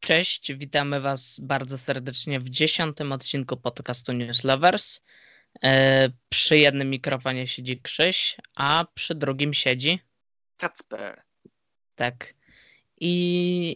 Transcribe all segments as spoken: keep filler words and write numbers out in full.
Cześć, witamy Was bardzo serdecznie w dziesiątym odcinku podcastu News Lovers. E, przy jednym mikrofonie siedzi Krzyś, a przy drugim siedzi Kacper. Tak. I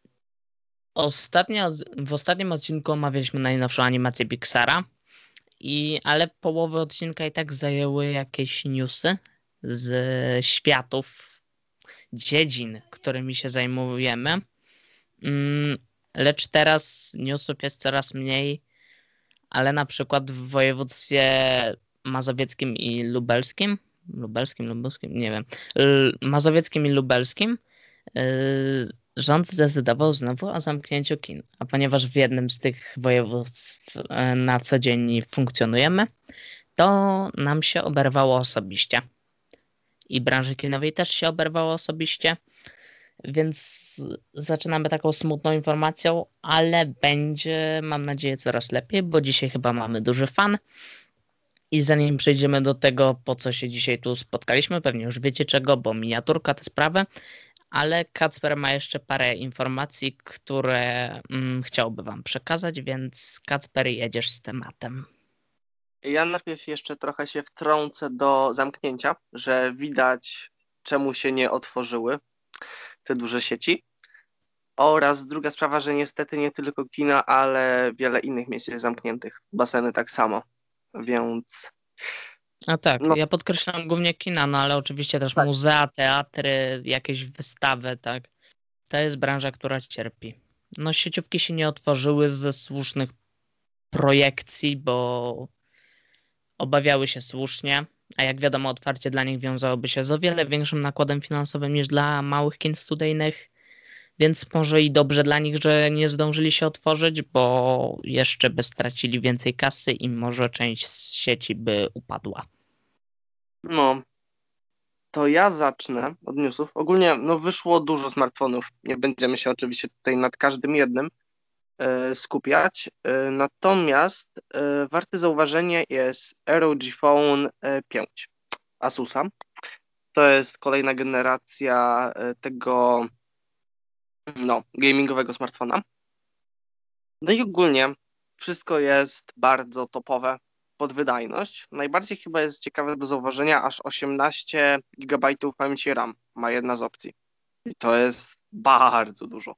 ostatnio, w ostatnim odcinku omawialiśmy najnowszą animację Pixara, i, ale połowę odcinka i tak zajęły jakieś newsy z światów, dziedzin, którymi się zajmujemy. Mm, Lecz teraz newsów jest coraz mniej, ale na przykład w województwie mazowieckim i lubelskim, lubelskim, lubelskim, nie wiem, L- mazowieckim i lubelskim yy, rząd zdecydował znowu o zamknięciu kin. A ponieważ w jednym z tych województw yy, na co dzień funkcjonujemy, to nam się oberwało osobiście. I branży kinowej też się oberwało osobiście. Więc zaczynamy taką smutną informacją, ale będzie, mam nadzieję, coraz lepiej, bo dzisiaj chyba mamy duży fan. I zanim przejdziemy do tego, po co się dzisiaj tu spotkaliśmy, pewnie już wiecie czego, bo miniaturka tę sprawę, ale Kacper ma jeszcze parę informacji, które mm, chciałby Wam przekazać, więc Kacper, jedziesz z tematem. Ja najpierw jeszcze trochę się wtrącę do zamknięcia, że widać, czemu się nie otworzyły te duże sieci. Oraz druga sprawa, że niestety nie tylko kina, ale wiele innych miejsc jest zamkniętych. Baseny tak samo. Więc A tak, no ja podkreślam głównie kina, no ale oczywiście też tak, muzea, teatry, jakieś wystawy, tak. To jest branża, która cierpi. No sieciówki się nie otworzyły ze słusznych projekcji, bo obawiały się słusznie, a jak wiadomo, otwarcie dla nich wiązałoby się z o wiele większym nakładem finansowym niż dla małych kin studyjnych, więc może i dobrze dla nich, że nie zdążyli się otworzyć, bo jeszcze by stracili więcej kasy i może część z sieci by upadła. no to ja zacznę od newsów. Ogólnie no wyszło dużo smartfonów. Nie będziemy się oczywiście tutaj nad każdym jednym e, skupiać. E, Natomiast e, warte zauważenia jest R O G Phone e, pięć Asusa. To jest kolejna generacja e, tego no, gamingowego smartfona. No i ogólnie wszystko jest bardzo topowe pod wydajność. Najbardziej chyba jest ciekawe do zauważenia, aż osiemnaście gigabajtów pamięci RAM ma jedna z opcji. I to jest bardzo dużo.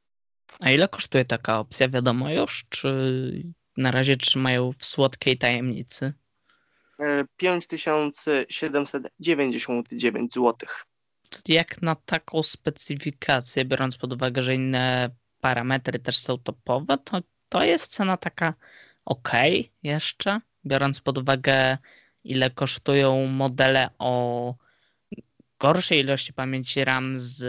A ile kosztuje taka opcja? Wiadomo już, czy na razie trzymają w słodkiej tajemnicy? E, pięć tysięcy siedemset dziewięćdziesiąt dziewięć złotych. Jak na taką specyfikację, biorąc pod uwagę, że inne parametry też są topowe, to to jest cena taka ok jeszcze, biorąc pod uwagę, ile kosztują modele o gorszej ilości pamięci RAM z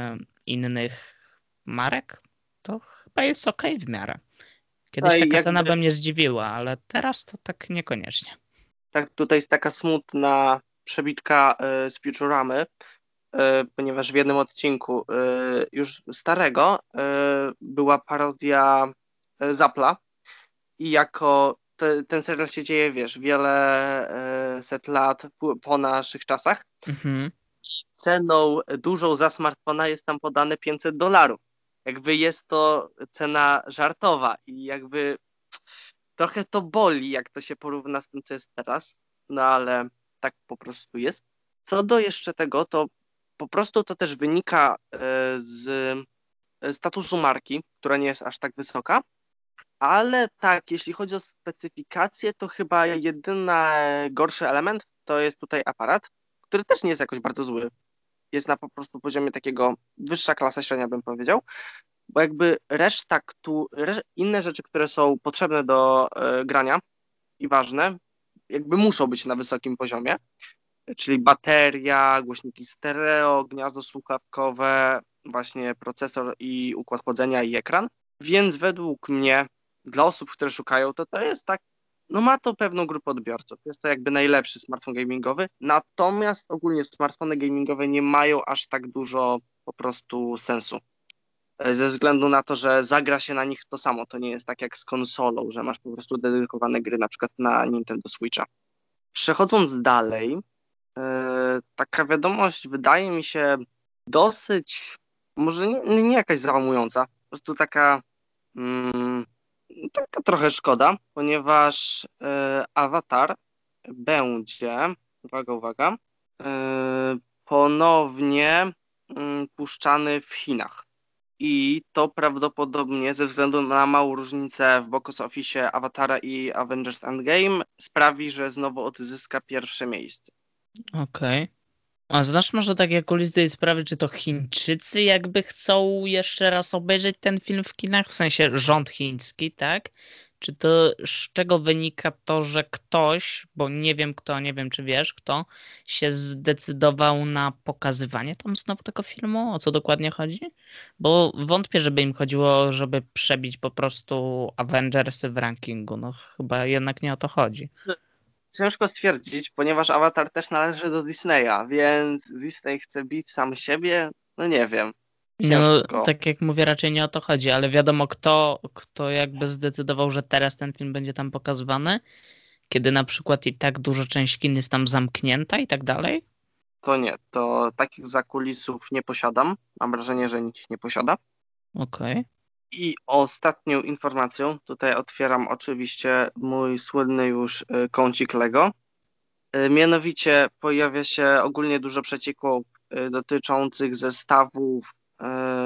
innych marek, to chyba jest ok w miarę. Kiedyś Tutaj taka cena jakby by mnie zdziwiła, ale teraz to tak niekoniecznie. tak tutaj jest taka smutna przebitka e, z Futuramy, e, ponieważ w jednym odcinku e, już starego e, była parodia e, Zapla i jako te, ten serial się dzieje, wiesz, wiele e, set lat po, po naszych czasach. Mhm. Ceną dużą za smartfona jest tam podane pięćset dolarów. Jakby jest to cena żartowa i jakby trochę to boli, jak to się porówna z tym, co jest teraz, no ale tak po prostu jest. Co do jeszcze tego, to po prostu to też wynika e, z statusu marki, która nie jest aż tak wysoka, ale tak, jeśli chodzi o specyfikację, to chyba jedyny gorszy element to jest tutaj aparat, który też nie jest jakoś bardzo zły. Jest na po prostu poziomie takiego wyższa klasa średnia, bym powiedział, bo jakby reszta, tu, re, inne rzeczy, które są potrzebne do e, grania i ważne, jakby muszą być na wysokim poziomie, czyli bateria, głośniki stereo, gniazdo słuchawkowe, właśnie procesor i układ chłodzenia i ekran. Więc według mnie, dla osób, które szukają, to to jest tak, no ma to pewną grupę odbiorców. Jest to jakby najlepszy smartfon gamingowy, natomiast ogólnie smartfony gamingowe nie mają aż tak dużo po prostu sensu. Ze względu na to, że zagra się na nich to samo. To nie jest tak jak z konsolą, że masz po prostu dedykowane gry na przykład na Nintendo Switcha. Przechodząc dalej, yy, taka wiadomość wydaje mi się dosyć, może nie, nie jakaś załamująca, prostu taka, mm, taka trochę szkoda, ponieważ e, Avatar będzie, uwaga, uwaga, e, ponownie mm, puszczany w Chinach. I to prawdopodobnie ze względu na małą różnicę w box office Awatara i Avengers Endgame sprawi, że znowu odzyska pierwsze miejsce. Okej. A znasz może takie kulisy tej sprawy, czy to Chińczycy jakby chcą jeszcze raz obejrzeć ten film w kinach? W sensie rząd chiński, tak? Czy to z czego wynika to, że ktoś, bo nie wiem kto, nie wiem czy wiesz kto, się zdecydował na pokazywanie tam znowu tego filmu? O co dokładnie chodzi? Bo wątpię, żeby im chodziło, żeby przebić po prostu Avengersy w rankingu. No chyba jednak nie o to chodzi. Ciężko stwierdzić, ponieważ Avatar też należy do Disneya, więc Disney chce bić sam siebie? No nie wiem. No, Ciężko. tak jak mówię, raczej nie o to chodzi, ale wiadomo kto, kto jakby zdecydował, że teraz ten film będzie tam pokazywany, kiedy na przykład i tak duża część kin jest tam zamknięta i tak dalej. To nie, to takich zakulisów nie posiadam. Mam wrażenie, że nikt ich nie posiada. Okej. I ostatnią informacją, tutaj otwieram oczywiście mój słynny już y, kącik Lego. Y, Mianowicie pojawia się ogólnie dużo przecieków y, dotyczących zestawów y,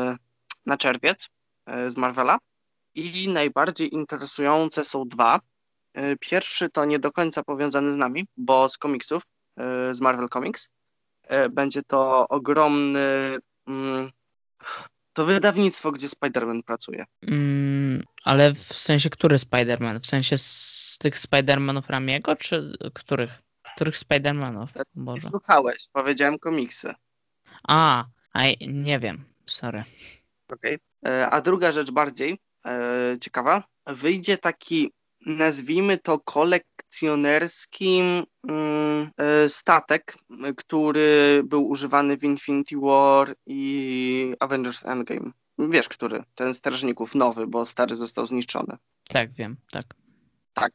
na czerwiec y, z Marvela. I najbardziej interesujące są dwa. Y, Pierwszy to nie do końca powiązany z nami, bo z komiksów, y, z Marvel Comics. Y, Będzie to ogromny... mm, To wydawnictwo, gdzie Spider-Man pracuje. Mm, ale w sensie który Spider-Man? W sensie z tych Spider-Manów Ramiego, czy których? Których Spider-Manów? Nie Boże. słuchałeś, powiedziałem komiksy. A, a nie wiem, sorry. Okay. A druga rzecz bardziej e, ciekawa. Wyjdzie taki, nazwijmy to kolekcjonerski mm, e, statek, który był używany w Infinity War i Avengers Endgame. Wiesz, który? Ten strażników nowy, bo stary został zniszczony. Tak, wiem, tak. Tak.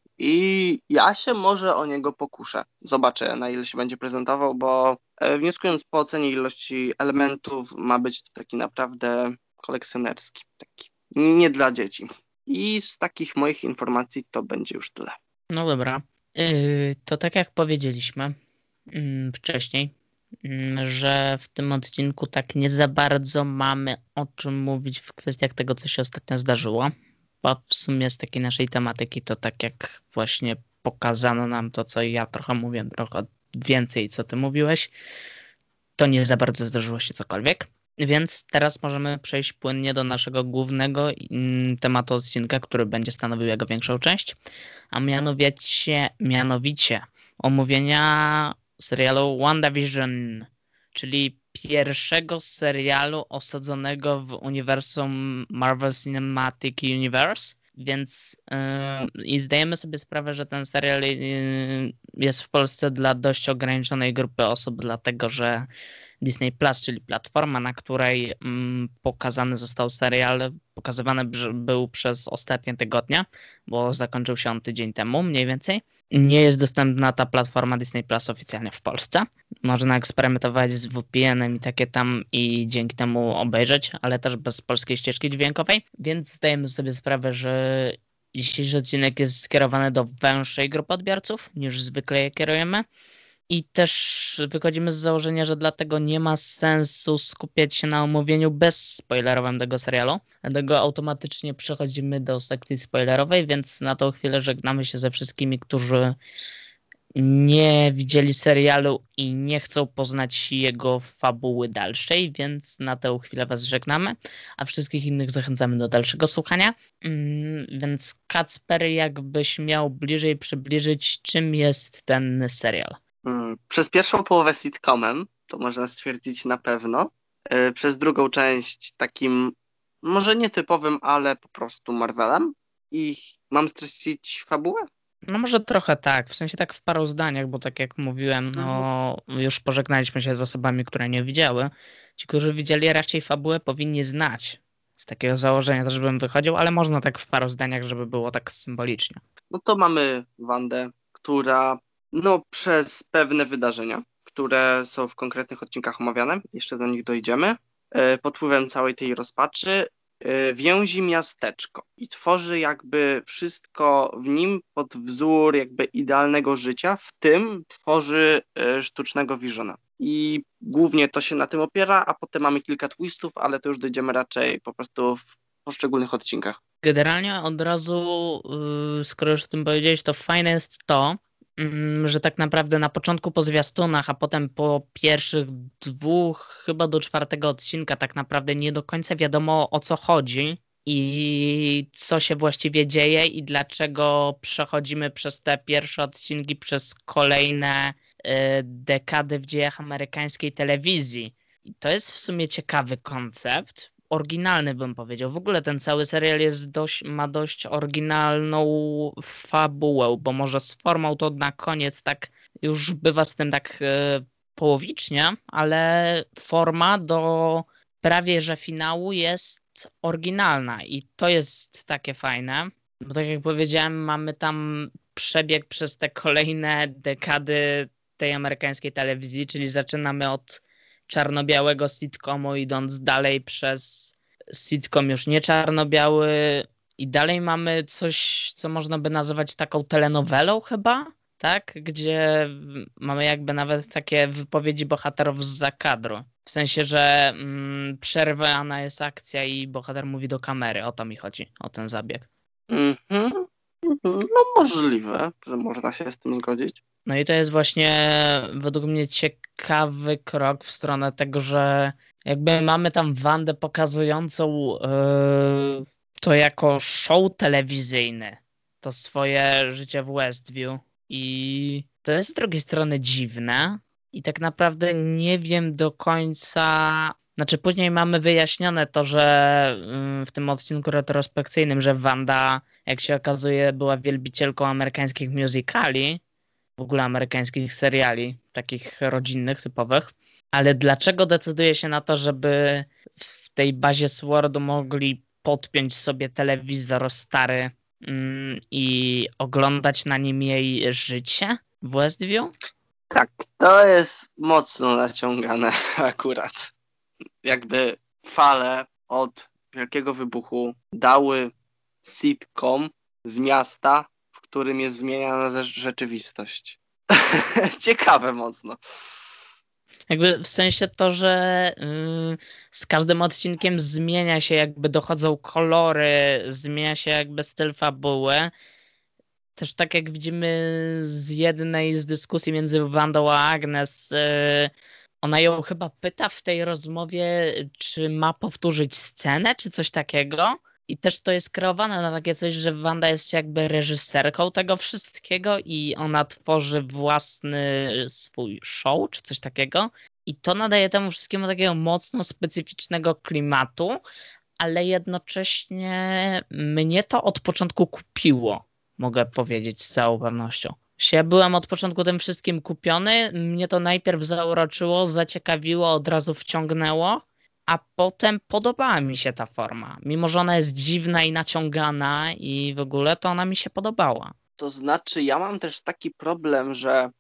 I ja się może o niego pokuszę. Zobaczę, na ile się będzie prezentował, bo e, wnioskując po ocenie ilości elementów, ma być to taki naprawdę kolekcjonerski. Taki. Nie nie dla dzieci. I z takich moich informacji to będzie już tyle. No dobra. Yy, to tak jak powiedzieliśmy mm, wcześniej, mm, że w tym odcinku tak nie za bardzo mamy o czym mówić w kwestiach tego, co się ostatnio zdarzyło, bo w sumie z takiej naszej tematyki to tak jak właśnie pokazano nam to, co ja trochę mówiłem, trochę więcej, co ty mówiłeś, to nie za bardzo zdarzyło się cokolwiek. Więc teraz możemy przejść płynnie do naszego głównego mm, tematu odcinka, który będzie stanowił jego większą część, a mianowicie, mianowicie omówienia serialu WandaVision, czyli pierwszego serialu osadzonego w uniwersum Marvel Cinematic Universe. Więc yy, i zdajemy sobie sprawę, że ten serial yy, jest w Polsce dla dość ograniczonej grupy osób, dlatego że Disney Plus, czyli platforma, na której mm, pokazany został serial, pokazywany brz- był przez ostatnie tygodnie, bo zakończył się on tydzień temu mniej więcej. Nie jest dostępna ta platforma Disney Plus oficjalnie w Polsce. Można eksperymentować z V P N-em i takie tam i dzięki temu obejrzeć, ale też bez polskiej ścieżki dźwiękowej, więc zdajemy sobie sprawę, że dzisiejszy odcinek jest skierowany do węższej grupy odbiorców niż zwykle je kierujemy. I też wychodzimy z założenia, że dlatego nie ma sensu skupiać się na omówieniu bezspoilerowym tego serialu. Dlatego automatycznie przechodzimy do sekcji spoilerowej, więc na tą chwilę żegnamy się ze wszystkimi, którzy nie widzieli serialu i nie chcą poznać jego fabuły dalszej, więc na tę chwilę was żegnamy, a wszystkich innych zachęcamy do dalszego słuchania. Mm, Więc Kacper, jakbyś miał bliżej przybliżyć, czym jest ten serial? Mm, Przez pierwszą połowę sitcomem, to można stwierdzić na pewno. Y, Przez drugą część takim, może nietypowym, ale po prostu Marvelem. I mam streścić fabułę? No może trochę tak, w sensie tak w paru zdaniach, bo tak jak mówiłem, Mhm. no już pożegnaliśmy się z osobami, które nie widziały. Ci, którzy widzieli raczej fabułę, powinni znać. Z takiego założenia też bym wychodził, ale można tak w paru zdaniach, żeby było tak symbolicznie. No to mamy Wandę, która no przez pewne wydarzenia, które są w konkretnych odcinkach omawiane, jeszcze do nich dojdziemy, e, pod wpływem całej tej rozpaczy y, więzi miasteczko i tworzy jakby wszystko w nim pod wzór jakby idealnego życia, w tym tworzy y, sztucznego Visiona. I głównie to się na tym opiera, a potem mamy kilka twistów, ale to już dojdziemy raczej po prostu w poszczególnych odcinkach. Generalnie od razu, yy, skoro już o tym powiedziałeś, to fajne jest to, mm, że tak naprawdę na początku po zwiastunach, a potem po pierwszych dwóch, chyba do czwartego odcinka, tak naprawdę nie do końca wiadomo, o co chodzi i co się właściwie dzieje i dlaczego przechodzimy przez te pierwsze odcinki, przez kolejne yy, dekady w dziejach amerykańskiej telewizji. I to jest w sumie ciekawy koncept. Oryginalny bym powiedział. W ogóle ten cały serial jest dość, ma dość oryginalną fabułę, bo może z formą to na koniec tak już bywa z tym tak e, połowicznie, ale forma do prawie że finału jest oryginalna i to jest takie fajne, bo tak jak powiedziałem, mamy tam przebieg przez te kolejne dekady tej amerykańskiej telewizji, czyli zaczynamy od czarno-białego sitcomu, idąc dalej przez sitcom już nie czarno-biały i dalej mamy coś, co można by nazywać taką telenowelą chyba, tak? Gdzie mamy jakby nawet takie wypowiedzi bohaterów zza kadru. W sensie, że mm, przerwana jest akcja i bohater mówi do kamery. O to mi chodzi, o ten zabieg. Mhm. No możliwe, że można się z tym zgodzić. No i to jest właśnie według mnie ciekawy krok w stronę tego, że jakby mamy tam Wandę pokazującą yy, to jako show telewizyjny, to swoje życie w Westview i to jest z drugiej strony dziwne i tak naprawdę nie wiem do końca, znaczy później mamy wyjaśnione to, że yy, w tym odcinku retrospekcyjnym, że Wanda, jak się okazuje, była wielbicielką amerykańskich musicali, w ogóle amerykańskich seriali, takich rodzinnych, typowych. Ale dlaczego decyduje się na to, żeby w tej bazie Swordu mogli podpiąć sobie telewizor stary mm, i oglądać na nim jej życie w Westview? Tak, to jest mocno naciągane akurat. Jakby fale od Wielkiego Wybuchu dały sitcom z miasta, w którym jest zmieniana rzeczywistość. Ciekawe mocno. Jakby w sensie to, że yy, z każdym odcinkiem zmienia się, jakby dochodzą kolory, zmienia się jakby styl fabuły. Też tak jak widzimy z jednej z dyskusji między Wandą a Agnes, yy, ona ją chyba pyta w tej rozmowie, czy ma powtórzyć scenę, czy coś takiego. I też to jest kreowane na takie coś, że Wanda jest jakby reżyserką tego wszystkiego i ona tworzy własny swój show, czy coś takiego. I to nadaje temu wszystkiemu takiego mocno specyficznego klimatu, ale jednocześnie mnie to od początku kupiło, mogę powiedzieć z całą pewnością. Ja byłem od początku tym wszystkim kupiony, mnie to najpierw zauroczyło, zaciekawiło, od razu wciągnęło, a potem podobała mi się ta forma. Mimo że ona jest dziwna i naciągana i w ogóle, to ona mi się podobała. To znaczy, ja mam też taki problem, że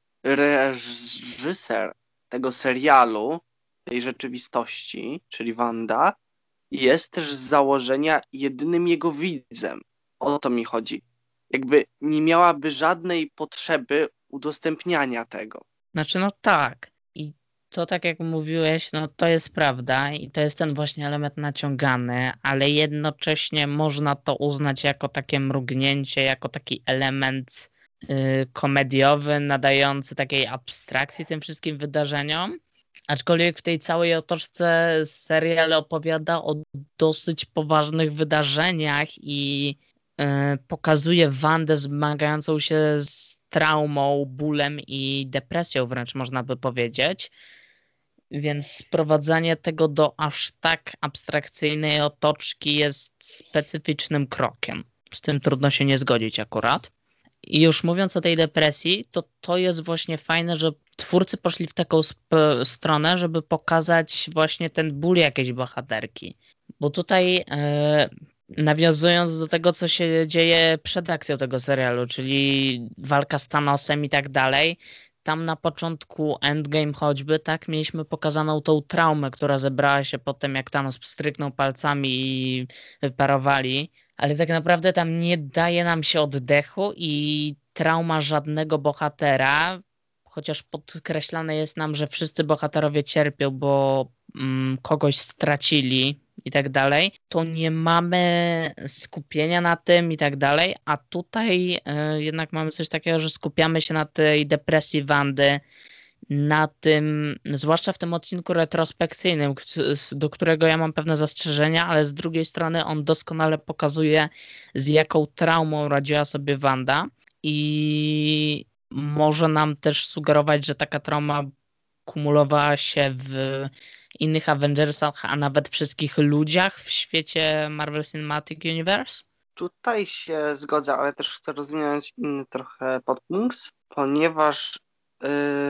reżyser tego serialu, tej rzeczywistości, czyli Wanda, jest też z założenia jedynym jego widzem. O to mi chodzi. Jakby nie miałaby żadnej potrzeby udostępniania tego. Znaczy, no tak. I to tak jak mówiłeś, no to jest prawda i to jest ten właśnie element naciągany, ale jednocześnie można to uznać jako takie mrugnięcie, jako taki element y, komediowy, nadający takiej abstrakcji tym wszystkim wydarzeniom. Aczkolwiek w tej całej otoczce serial opowiada o dosyć poważnych wydarzeniach i y, pokazuje Wandę zmagającą się z traumą, bólem i depresją wręcz można by powiedzieć. Więc sprowadzanie tego do aż tak abstrakcyjnej otoczki jest specyficznym krokiem. Z tym trudno się nie zgodzić akurat. I już mówiąc o tej depresji, to to jest właśnie fajne, że twórcy poszli w taką sp- stronę, żeby pokazać właśnie ten ból jakiejś bohaterki. Bo tutaj e, nawiązując do tego, co się dzieje przed akcją tego serialu, czyli walka z Thanosem i tak dalej, tam na początku Endgame choćby, tak, mieliśmy pokazaną tą traumę, która zebrała się po tym, jak Thanos pstryknął palcami i wyparowali, ale tak naprawdę tam nie daje nam się oddechu i trauma żadnego bohatera, chociaż podkreślane jest nam, że wszyscy bohaterowie cierpią, bo mm, kogoś stracili i tak dalej, to nie mamy skupienia na tym i tak dalej, a tutaj y, jednak mamy coś takiego, że skupiamy się na tej depresji Wandy, na tym, zwłaszcza w tym odcinku retrospekcyjnym, do którego ja mam pewne zastrzeżenia, ale z drugiej strony on doskonale pokazuje, z jaką traumą radziła sobie Wanda i może nam też sugerować, że taka trauma kumulowała się w innych Avengersach, a nawet wszystkich ludziach w świecie Marvel Cinematic Universe? Tutaj się zgodzę, ale też chcę rozwinąć inny trochę podpunkt, ponieważ yy,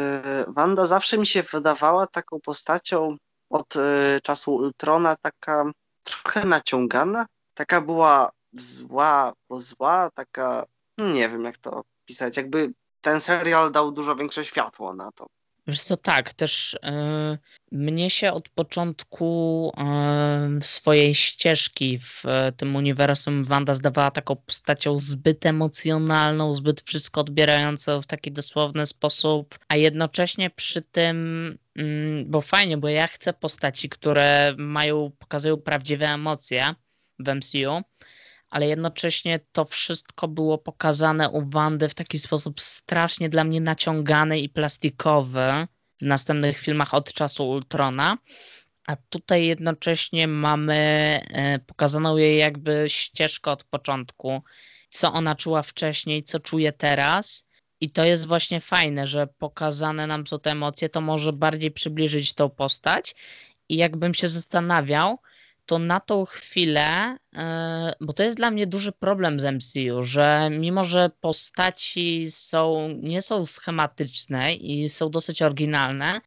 Wanda zawsze mi się wydawała taką postacią od yy, czasu Ultrona, taka trochę naciągana, taka była zła, bo zła, taka, nie wiem jak to pisać, jakby ten serial dał dużo większe światło na to. Wiesz co, tak, też yy, mnie się od początku yy, swojej ścieżki w yy, tym uniwersum Wanda zdawała taką postacią zbyt emocjonalną, zbyt wszystko odbierającą w taki dosłowny sposób, a jednocześnie przy tym, yy, bo fajnie, bo ja chcę postaci, które mają, pokazują prawdziwe emocje w M C U, ale jednocześnie to wszystko było pokazane u Wandy w taki sposób strasznie dla mnie naciągany i plastikowy w następnych filmach od czasu Ultrona, a tutaj jednocześnie mamy e, pokazaną jej jakby ścieżkę od początku, co ona czuła wcześniej, co czuje teraz. I to jest właśnie fajne, że pokazane nam są te emocje, to może bardziej przybliżyć tą postać. I jakbym się zastanawiał, to na tą chwilę, e, bo to jest dla mnie duży problem z M C U, że mimo, że postaci są, nie są schematyczne i są dosyć oryginalne,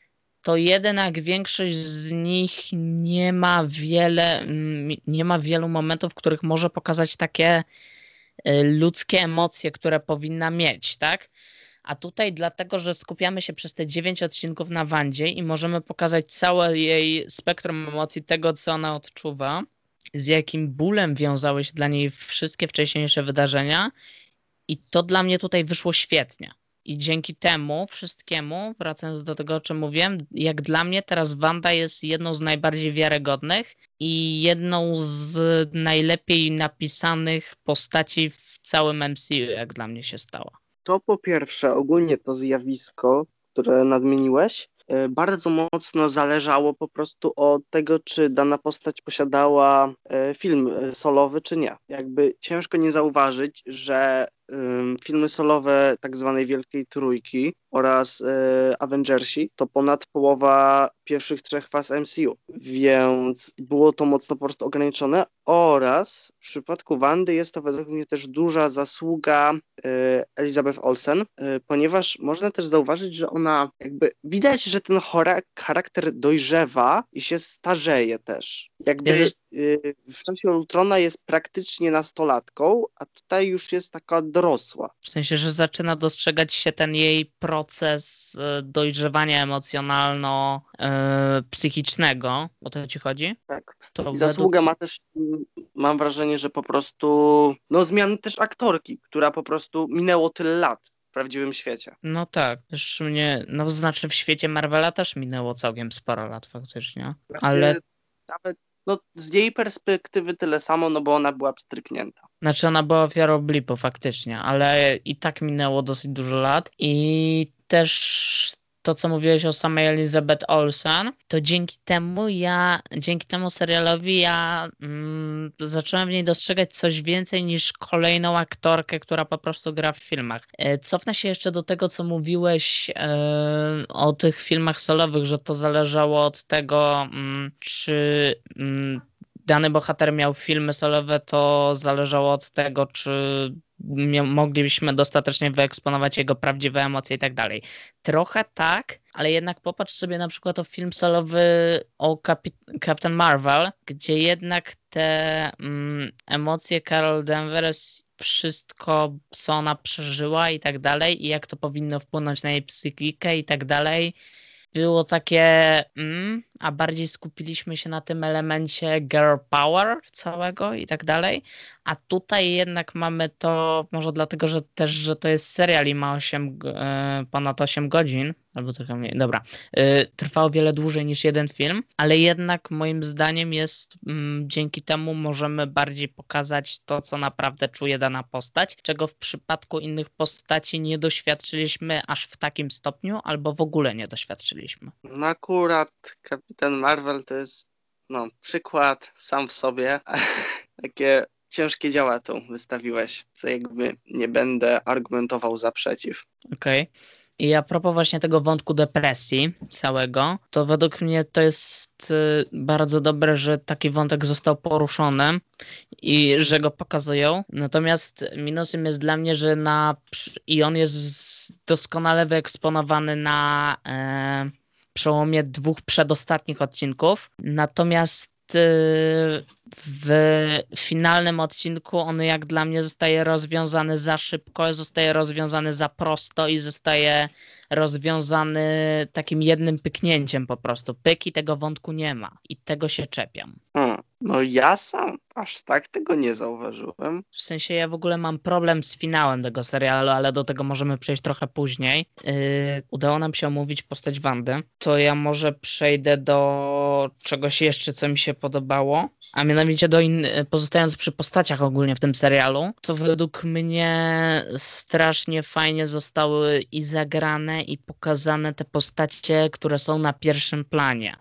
to jednak większość z nich nie ma wiele, mm, nie ma wielu momentów, w których może pokazać takie e, ludzkie emocje, które powinna mieć, tak? A tutaj dlatego, że skupiamy się przez te dziewięć odcinków na Wandzie i możemy pokazać całe jej spektrum emocji, tego co ona odczuwa, z jakim bólem wiązały się dla niej wszystkie wcześniejsze wydarzenia i to dla mnie tutaj wyszło świetnie. I dzięki temu wszystkiemu, wracając do tego, o czym mówiłem, jak dla mnie teraz Wanda jest jedną z najbardziej wiarygodnych i jedną z najlepiej napisanych postaci w całym M C U, jak dla mnie się stała. To po pierwsze, ogólnie to zjawisko, które nadmieniłeś, e, bardzo mocno zależało po prostu od tego, czy dana postać posiadała e, film e, solowy, czy nie. Jakby ciężko nie zauważyć, że ym, filmy solowe tak zwanej Wielkiej Trójki oraz e, Avengersi to ponad połowa pierwszych trzech faz M C U, więc było to mocno po prostu ograniczone oraz w przypadku Wandy jest to według mnie też duża zasługa e, Elizabeth Olsen, e, ponieważ można też zauważyć, że ona jakby widać, że ten chora- charakter dojrzewa i się starzeje też. Jakby Wiesz, y, w czasie Ultrona jest praktycznie nastolatką, a tutaj już jest taka dorosła. w sensie, że zaczyna dostrzegać się ten jej proces e, dojrzewania emocjonalno-psychicznego. O to ci chodzi? Tak. To I według... zasługę ma też, mm, mam wrażenie, że po prostu, no zmiany też aktorki, która po prostu minęło tyle lat w prawdziwym świecie. No tak, też mnie, no to znaczy w świecie Marvela też minęło całkiem sporo lat faktycznie, ale Właśnie nawet, no z jej perspektywy tyle samo, no bo ona była pstryknięta. znaczy ona była ofiarą blipu faktycznie, ale i tak minęło dosyć dużo lat i też to, co mówiłeś o samej Elizabeth Olsen, to dzięki temu ja, dzięki temu serialowi ja mm, zacząłem w niej dostrzegać coś więcej niż kolejną aktorkę, która po prostu gra w filmach. E, Cofnę się jeszcze do tego, co mówiłeś e, o tych filmach solowych, że to zależało od tego, mm, czy mm, dany bohater miał filmy solowe, to zależało od tego, czy mia- moglibyśmy dostatecznie wyeksponować jego prawdziwe emocje i tak dalej. Trochę tak, ale jednak popatrz sobie na przykład o film solowy o Kapi- Captain Marvel, gdzie jednak te mm, emocje Carol Danvers wszystko, co ona przeżyła i tak dalej, i jak to powinno wpłynąć na jej psychikę i tak dalej, było takie, mm, a bardziej skupiliśmy się na tym elemencie girl power całego i tak dalej. A tutaj jednak mamy to, może dlatego, że też, że to jest serial i ma osiem, e, ponad osiem godzin, albo trochę mniej, dobra, e, trwa o wiele dłużej niż jeden film, ale jednak moim zdaniem jest, mm, dzięki temu możemy bardziej pokazać to, co naprawdę czuje dana postać, czego w przypadku innych postaci nie doświadczyliśmy aż w takim stopniu, albo w ogóle nie doświadczyliśmy. No akurat Kapitan Marvel to jest no, przykład sam w sobie. Takie ciężkie dzieła tu wystawiłeś, co jakby nie będę argumentował za przeciw. Okej. Okay. I a propos właśnie tego wątku depresji całego, to według mnie to jest y, bardzo dobre, że taki wątek został poruszony i że go pokazują. Natomiast minusem jest dla mnie, że na i on jest doskonale wyeksponowany na e, przełomie dwóch przedostatnich odcinków. Natomiast w finalnym odcinku on jak dla mnie zostaje rozwiązany za szybko, zostaje rozwiązany za prosto i zostaje rozwiązany takim jednym pyknięciem po prostu. Pyk i tego wątku nie ma. I tego się czepiam. Hmm. No ja sam aż tak tego nie zauważyłem. W sensie ja w ogóle mam problem z finałem tego serialu, ale do tego możemy przejść trochę później. Yy, udało nam się omówić postać Wandy. To ja może przejdę do czegoś jeszcze, co mi się podobało. A mianowicie do in... pozostając przy postaciach ogólnie w tym serialu, to według mnie strasznie fajnie zostały i zagrane, i pokazane te postacie, które są na pierwszym planie.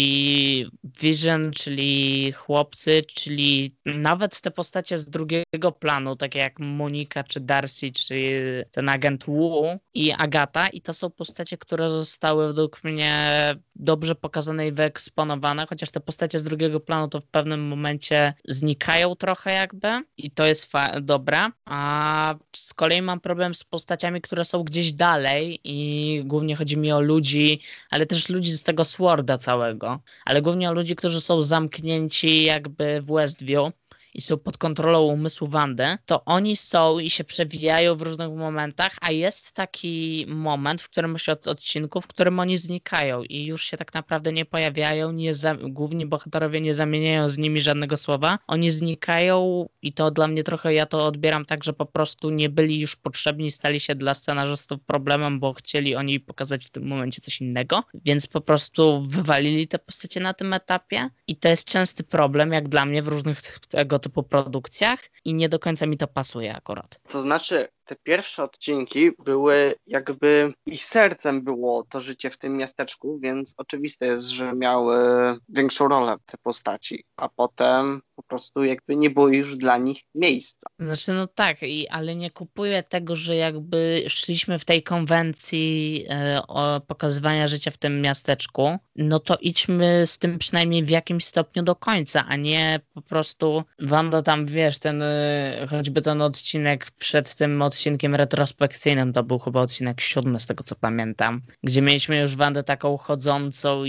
Czyli Vision, czyli chłopcy, czyli nawet te postacie z drugiego planu, takie jak Monika, czy Darcy, czy ten agent Wu i Agata. I to są postacie, które zostały według mnie dobrze pokazane i wyeksponowane, chociaż te postacie z drugiego planu to w pewnym momencie znikają trochę jakby i to jest fa- dobre. A z kolei mam problem z postaciami, które są gdzieś dalej i głównie chodzi mi o ludzi, ale też ludzi z tego Sworda całego, ale głównie o ludzi, którzy są zamknięci jakby w Westview i są pod kontrolą umysłu Wandy, to oni są i się przewijają w różnych momentach, a jest taki moment w którymś od odcinków, w którym oni znikają i już się tak naprawdę nie pojawiają, nie za, główni bohaterowie nie zamieniają z nimi żadnego słowa, oni znikają i to dla mnie trochę, ja to odbieram tak, że po prostu nie byli już potrzebni, stali się dla scenarzystów problemem, bo chcieli oni pokazać w tym momencie coś innego, więc po prostu wywalili te postacie na tym etapie i to jest częsty problem, jak dla mnie w różnych tego typu produkcjach i nie do końca mi to pasuje akurat. To znaczy, te pierwsze odcinki były jakby ich sercem było to życie w tym miasteczku, więc oczywiste jest, że miały większą rolę te postaci, a potem po prostu jakby nie było już dla nich miejsca. Znaczy no tak, i, ale nie kupuję tego, że jakby szliśmy w tej konwencji e, o pokazywania życia w tym miasteczku, no to idźmy z tym przynajmniej w jakimś stopniu do końca, a nie po prostu Wanda tam, wiesz, ten e, choćby ten odcinek przed tym odcinkiem retrospekcyjnym, to był chyba odcinek siódmy z tego co pamiętam, gdzie mieliśmy już Wandę taką chodzącą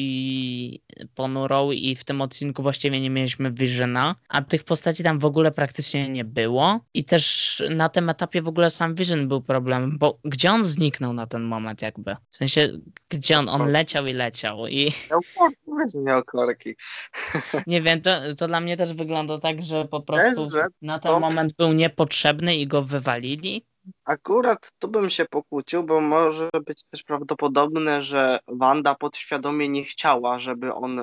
i ponurą i w tym odcinku właściwie nie mieliśmy Visiona, a tych postaci tam w ogóle praktycznie nie było i też na tym etapie w ogóle sam Vision był problemem, bo gdzie on zniknął na ten moment jakby? W sensie, gdzie on? On leciał i leciał i... Miał korki, Vision miał korki. Nie wiem, to, to dla mnie też wygląda tak, że po prostu Też, że na ten to- moment był niepotrzebny i go wywalili. Akurat tu bym się pokłócił, bo może być też prawdopodobne, że Wanda podświadomie nie chciała, żeby on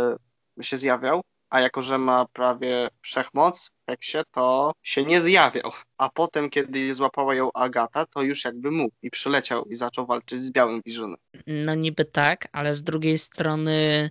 y, się zjawiał, a jako, że ma prawie wszechmoc, jak się, to się nie zjawiał. A potem, kiedy złapała ją Agata, to już jakby mógł i przyleciał i zaczął walczyć z Białym Visionem. No niby tak, ale z drugiej strony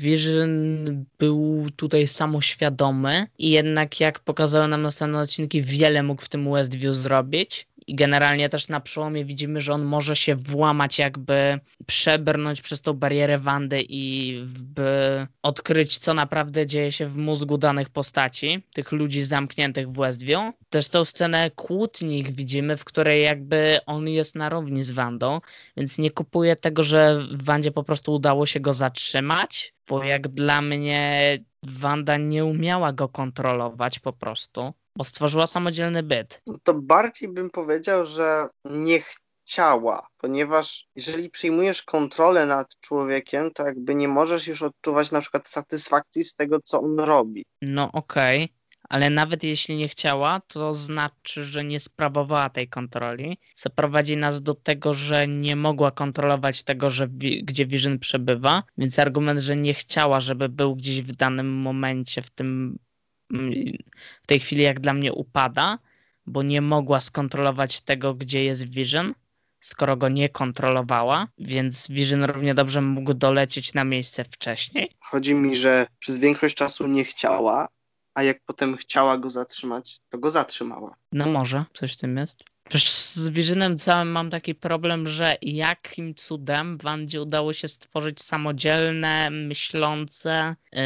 Vision był tutaj samoświadomy i jednak jak pokazały nam następne odcinki, wiele mógł w tym Westview zrobić. I generalnie też na przełomie widzimy, że on może się włamać, jakby przebrnąć przez tą barierę Wandy i by odkryć, co naprawdę dzieje się w mózgu danych postaci, tych ludzi zamkniętych w Westview. Też tą scenę kłótni ich widzimy, w której jakby on jest na równi z Wandą, więc nie kupuję tego, że Wandzie po prostu udało się go zatrzymać, bo jak dla mnie Wanda nie umiała go kontrolować po prostu. bo stworzyła samodzielny byt. No to bardziej bym powiedział, że nie chciała, ponieważ jeżeli przyjmujesz kontrolę nad człowiekiem, to jakby nie możesz już odczuwać na przykład satysfakcji z tego, co on robi. No okej, ale nawet jeśli nie chciała, to znaczy, że nie sprawowała tej kontroli, co prowadzi nas do tego, że nie mogła kontrolować tego, że wi- gdzie Vision przebywa, więc argument, że nie chciała, żeby był gdzieś w danym momencie, w tym mm, w tej chwili jak dla mnie upada, bo nie mogła skontrolować tego, gdzie jest Vision, skoro go nie kontrolowała, więc Vision równie dobrze mógł dolecieć na miejsce wcześniej. Chodzi mi, że przez większość czasu nie chciała, a jak potem chciała go zatrzymać, to go zatrzymała. No może, coś w tym jest. Przecież z Visionem całym mam taki problem, że jakim cudem Wandzie udało się stworzyć samodzielne, myślące, yy,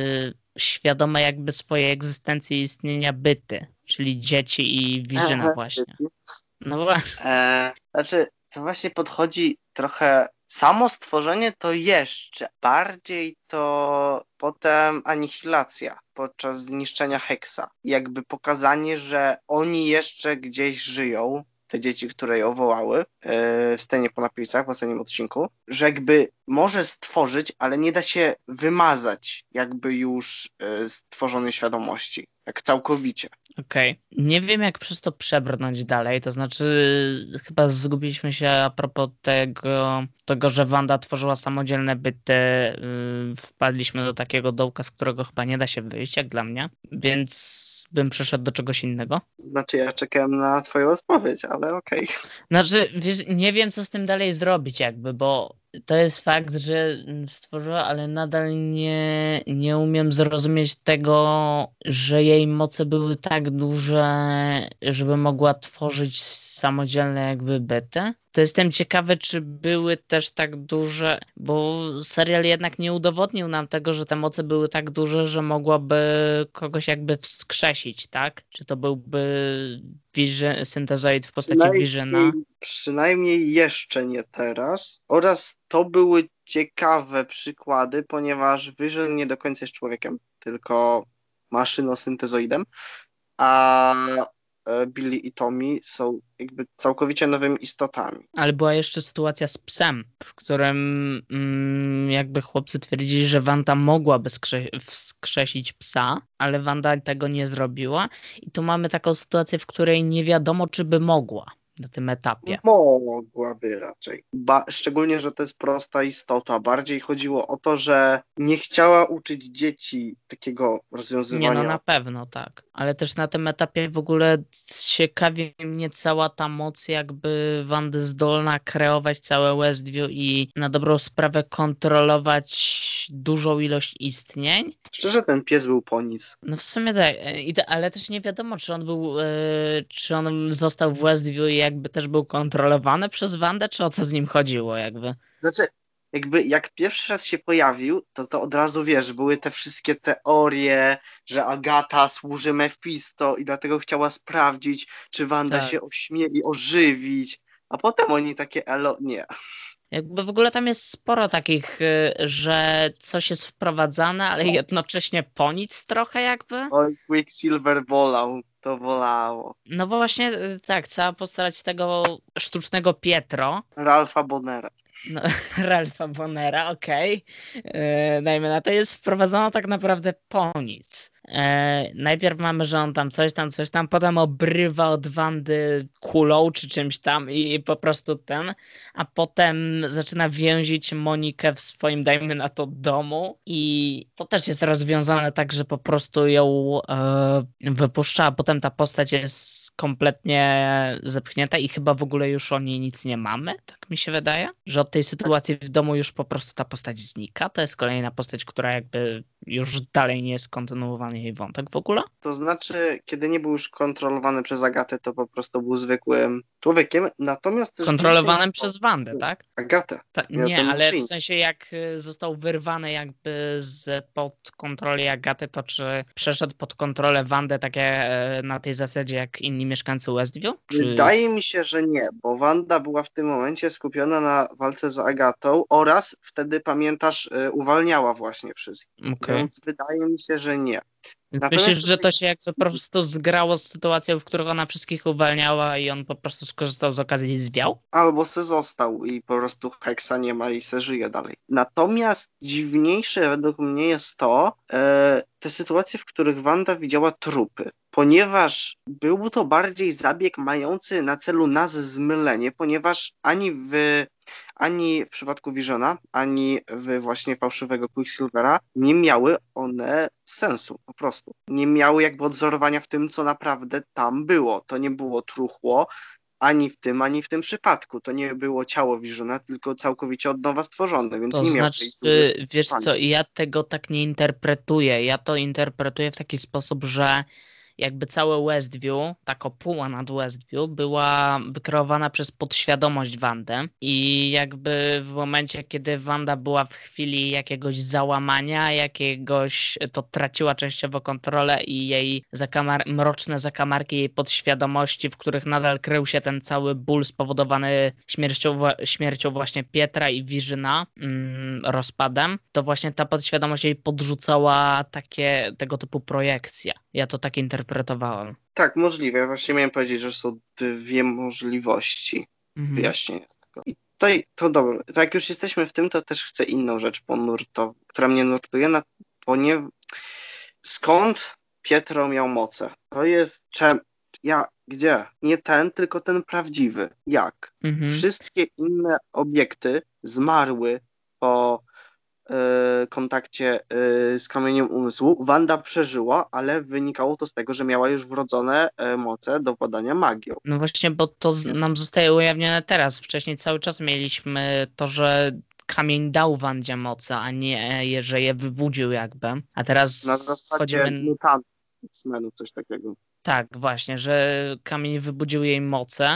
świadome jakby swojej egzystencji i istnienia byty, czyli dzieci i Visiona właśnie. No właśnie. E, znaczy, to właśnie podchodzi trochę. Samo stworzenie to jeszcze, bardziej to potem anihilacja podczas zniszczenia Heksa. Jakby pokazanie, że oni jeszcze gdzieś żyją, te dzieci, które ją wołały e, w scenie po napisach, w ostatnim odcinku, że jakby może stworzyć, ale nie da się wymazać jakby już e, stworzonej świadomości, tak całkowicie. Okej. Nie wiem, jak przez to przebrnąć dalej. To znaczy, chyba zgubiliśmy się a propos tego, tego, że Wanda tworzyła samodzielne byty. Yy, wpadliśmy do takiego dołka, z którego chyba nie da się wyjść, jak dla mnie. Więc bym przeszedł do czegoś innego. Znaczy, ja czekałem na twoją odpowiedź, ale okej. Znaczy, wiesz, nie wiem, co z tym dalej zrobić, jakby, bo to jest fakt, że stworzyła, ale nadal nie, nie umiem zrozumieć tego, że jej moce były tak duże, żeby mogła tworzyć samodzielne jakby byty. To jestem ciekawy, czy były też tak duże, bo serial jednak nie udowodnił nam tego, że te moce były tak duże, że mogłaby kogoś jakby wskrzesić, tak? Czy to byłby Vision, syntezoid w postaci Visiona? Przynajmniej, przynajmniej jeszcze nie teraz. Oraz to były ciekawe przykłady, ponieważ Vision nie do końca jest człowiekiem, tylko maszynosyntezoidem, a e, Billy i Tommy są jakby całkowicie nowymi istotami. Ale była jeszcze sytuacja z psem, w którym mm, jakby chłopcy twierdzili, że Wanda mogłaby skrze- wskrzesić psa, ale Wanda tego nie zrobiła. I tu mamy taką sytuację, w której nie wiadomo, czy by mogła na tym etapie. Mogłaby raczej. Ba- szczególnie, że to jest prosta istota. Bardziej chodziło o to, że nie chciała uczyć dzieci takiego Nie, rozwiązywania. no na pewno tak. Ale też na tym etapie w ogóle ciekawi mnie cała ta moc jakby Wandy zdolna kreować całe Westview i na dobrą sprawę kontrolować dużą ilość istnień. Szczerze, ten pies był po nic. No w sumie tak, e, i te- ale też nie wiadomo, czy on był, e, czy on został w Westview i jakby też był kontrolowany przez Wandę, czy o co z nim chodziło jakby. Znaczy, jakby jak pierwszy raz się pojawił, to to od razu wiesz, były te wszystkie teorie, że Agata służy Mephisto i dlatego chciała sprawdzić, czy Wanda Tak. się ośmieli ożywić, a potem oni takie elo, nie. Jakby w ogóle tam jest sporo takich, y, że coś jest wprowadzane, ale jednocześnie po nic trochę jakby. Oj, Quicksilver wolał, to wolało. No bo właśnie y, tak, cała postać tego sztucznego Pietro, Ralfa Bonnera. no, Ralpha Bonnera, okej, okay. Dajmy na to, jest wprowadzona tak naprawdę po nic. E, najpierw mamy, że on tam coś tam, coś tam, potem obrywa od Wandy kulą czy czymś tam i po prostu ten, a potem zaczyna więzić Monikę w swoim, dajmy na to, domu i to też jest rozwiązane tak, że po prostu ją e, wypuszcza, a potem ta postać jest kompletnie zepchnięta i chyba w ogóle już o niej nic nie mamy, tak mi się wydaje, że od tej sytuacji w domu już po prostu ta postać znika. To jest kolejna postać, która jakby już dalej nie jest kontynuowany jej wątek w ogóle. To znaczy, kiedy nie był już kontrolowany przez Agatę, to po prostu był zwykłym człowiekiem, natomiast też Kontrolowanym był- przez Wandę, tak? Agatę. Ta, Miał nie, ten ale w machine. sensie jak y, został wyrwany jakby z pod kontroli Agaty, to czy przeszedł pod kontrolę Wandę tak jak, e, na tej zasadzie jak inni mieszkańcy Westview? Czy... Wydaje mi się, że nie, bo Wanda była w tym momencie skupiona na walce z Agatą oraz wtedy, pamiętasz, y, uwalniała właśnie wszystkich. Okej. Więc wydaje mi się, że nie. Więc Natomiast myślisz, że tutaj to się jakby po prostu zgrało z sytuacją, w której ona wszystkich uwalniała i on po prostu skorzystał z okazji i zwiał? albo se został i po prostu Hexa nie ma i se żyje dalej. Natomiast dziwniejsze według mnie jest to, e, te sytuacje, w których Wanda widziała trupy. Ponieważ był to bardziej zabieg mający na celu nas zmylenie, ponieważ ani w, ani w przypadku Visiona, ani w właśnie fałszywego Quicksilvera nie miały one sensu, po prostu. Nie miały jakby odzorowania w tym, co naprawdę tam było. To nie było truchło, ani w tym, ani w tym przypadku. To nie było ciało Visiona, tylko całkowicie od nowa stworzone, więc To nie miał znaczy, tej dziury. wiesz co, ja tego tak nie interpretuję. Ja to interpretuję w taki sposób, że jakby całe Westview, ta kopuła nad Westview była wykreowana przez podświadomość Wandy i jakby w momencie, kiedy Wanda była w chwili jakiegoś załamania, jakiegoś, to traciła częściowo kontrolę i jej zakamar mroczne zakamarki jej podświadomości, w których nadal krył się ten cały ból spowodowany śmiercią, śmiercią właśnie Pietra i Visiona, mm, rozpadem, to właśnie ta podświadomość jej podrzucała takie, tego typu projekcje. Ja to tak interpretowałem. Tak, możliwe. Właśnie miałem powiedzieć, że są dwie możliwości Mhm. wyjaśnienia tego. I to, to dobrze. Tak jak już jesteśmy w tym, to też chcę inną rzecz ponurtować, która mnie nurtuje, na, ponieważ skąd Pietro miał moce? To jest czem, ja, gdzie? Nie ten, tylko ten prawdziwy. Jak? Mhm. Wszystkie inne obiekty zmarły po e, kontakcie e, z kamieniem umysłu. Wanda przeżyła, ale wynikało to z tego, że miała już wrodzone e, moce do władania magią. No właśnie, bo to z- nam zostaje ujawnione teraz. Wcześniej cały czas mieliśmy to, że kamień dał Wandzie moce, a nie, e, że je wybudził jakby. A teraz Na zasadzie schodzimy... mutantów, X-Menów, coś takiego. Tak, właśnie, że kamień wybudził jej moce,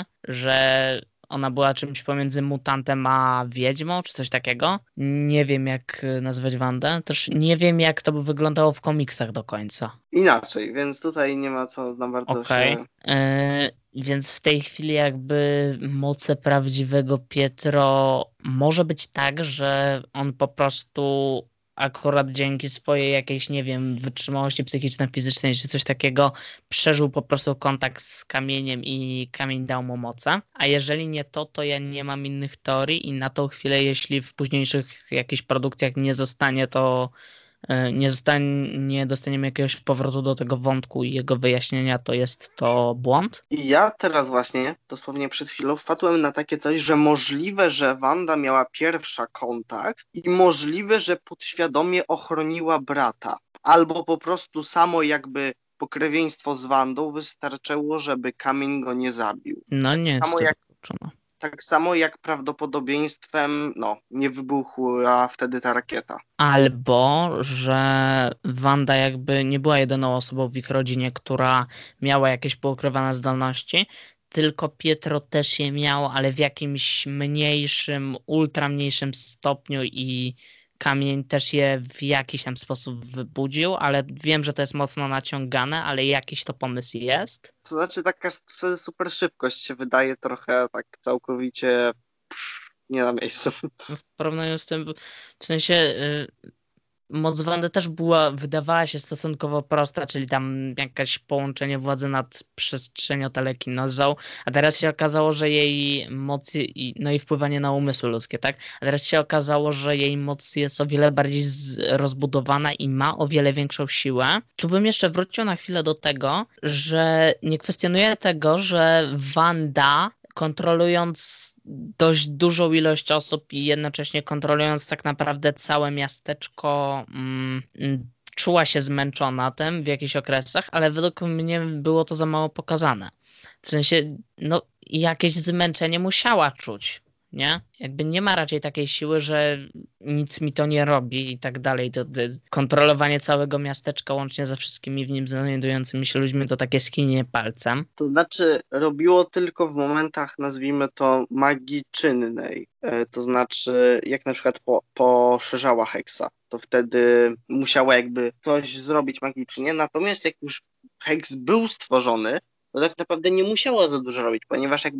że ona była czymś pomiędzy mutantem a wiedźmą, czy coś takiego. Nie wiem, jak y, nazwać Wandę. Też nie wiem, jak to by wyglądało w komiksach do końca. Inaczej, więc tutaj nie ma co na bardzo Okej. się... Yy, więc w tej chwili jakby moce prawdziwego Pietro może być tak, że on po prostu akurat dzięki swojej jakiejś, nie wiem, wytrzymałości psychiczno-fizycznej czy coś takiego przeżył po prostu kontakt z kamieniem i kamień dał mu moce. A jeżeli nie to, to ja nie mam innych teorii i na tą chwilę, jeśli w późniejszych jakichś produkcjach nie zostanie to e, nie, zostanie, nie dostaniemy jakiegoś powrotu do tego wątku i jego wyjaśnienia, to jest to błąd. I ja teraz właśnie, dosłownie przed chwilą, wpadłem na takie coś, że możliwe, że Wanda miała pierwsza kontakt i możliwe, że podświadomie ochroniła brata. Albo po prostu samo jakby pokrewieństwo z Wandą wystarczyło, żeby kamień go nie zabił. No nie jest Samo to jak, wykluczone. tak samo jak prawdopodobieństwem, no, nie wybuchła wtedy ta rakieta. Albo, że Wanda jakby nie była jedyną osobą w ich rodzinie, która miała jakieś poukrywane zdolności, tylko Pietro też je miał, ale w jakimś mniejszym, ultra mniejszym stopniu i kamień też je w jakiś tam sposób wybudził, ale wiem, że to jest mocno naciągane, ale jakiś to pomysł jest. To znaczy taka wtedy super szybkość się wydaje trochę tak całkowicie pff, nie na miejscu. W porównaniu z tym, w sensie y, moc Wandy też była, wydawała się stosunkowo prosta, czyli tam jakieś połączenie władzy nad przestrzeniotelekinozą, a teraz się okazało, że jej moc i, no i wpływanie na umysły ludzkie, tak? A teraz się okazało, że jej moc jest o wiele bardziej z, rozbudowana i ma o wiele większą siłę. Tu bym jeszcze wrócił na chwilę do tego, że nie kwestionuję tego, że Wanda kontrolując dość dużą ilość osób i jednocześnie kontrolując tak naprawdę całe miasteczko, mm, czuła się zmęczona tym w jakichś okresach, ale według mnie było to za mało pokazane. W sensie, no, jakieś zmęczenie musiała czuć, nie? Jakby nie ma raczej takiej siły, że nic mi to nie robi i tak dalej. To, to kontrolowanie całego miasteczka łącznie ze wszystkimi w nim znajdującymi się ludźmi to takie skinienie palcem. To znaczy robiło tylko w momentach, nazwijmy to, magii czynnej. E, To znaczy, jak na przykład po, poszerzała Hexa, to wtedy musiała jakby coś zrobić magicznie. Natomiast jak już Hex był stworzony, to tak naprawdę nie musiała za dużo robić, ponieważ jakby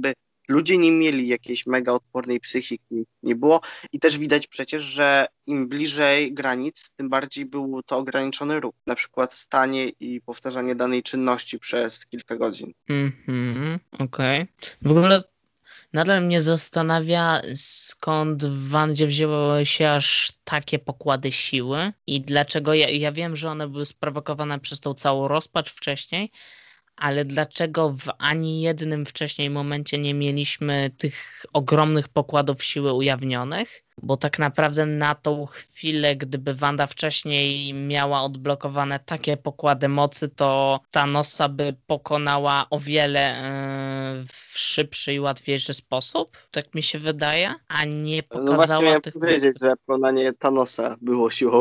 ludzie nie mieli jakiejś mega odpornej psychiki, nie było i też widać przecież, że im bliżej granic, tym bardziej był to ograniczony ruch, na przykład stanie i powtarzanie danej czynności przez kilka godzin. Mhm, okej. W ogóle nadal mnie zastanawia, skąd w Wandzie wzięły się aż takie pokłady siły i dlaczego. Ja, ja wiem, że one były sprowokowane przez tą całą rozpacz wcześniej, ale dlaczego w ani jednym wcześniej momencie nie mieliśmy tych ogromnych pokładów siły ujawnionych? Bo tak naprawdę na tą chwilę, gdyby Wanda wcześniej miała odblokowane takie pokłady mocy, to Thanosa by pokonała o wiele yy, w szybszy i łatwiejszy sposób, tak mi się wydaje, a nie No właśnie pokazała miałem tych powiedzieć, że pokonanie Thanosa było siłą.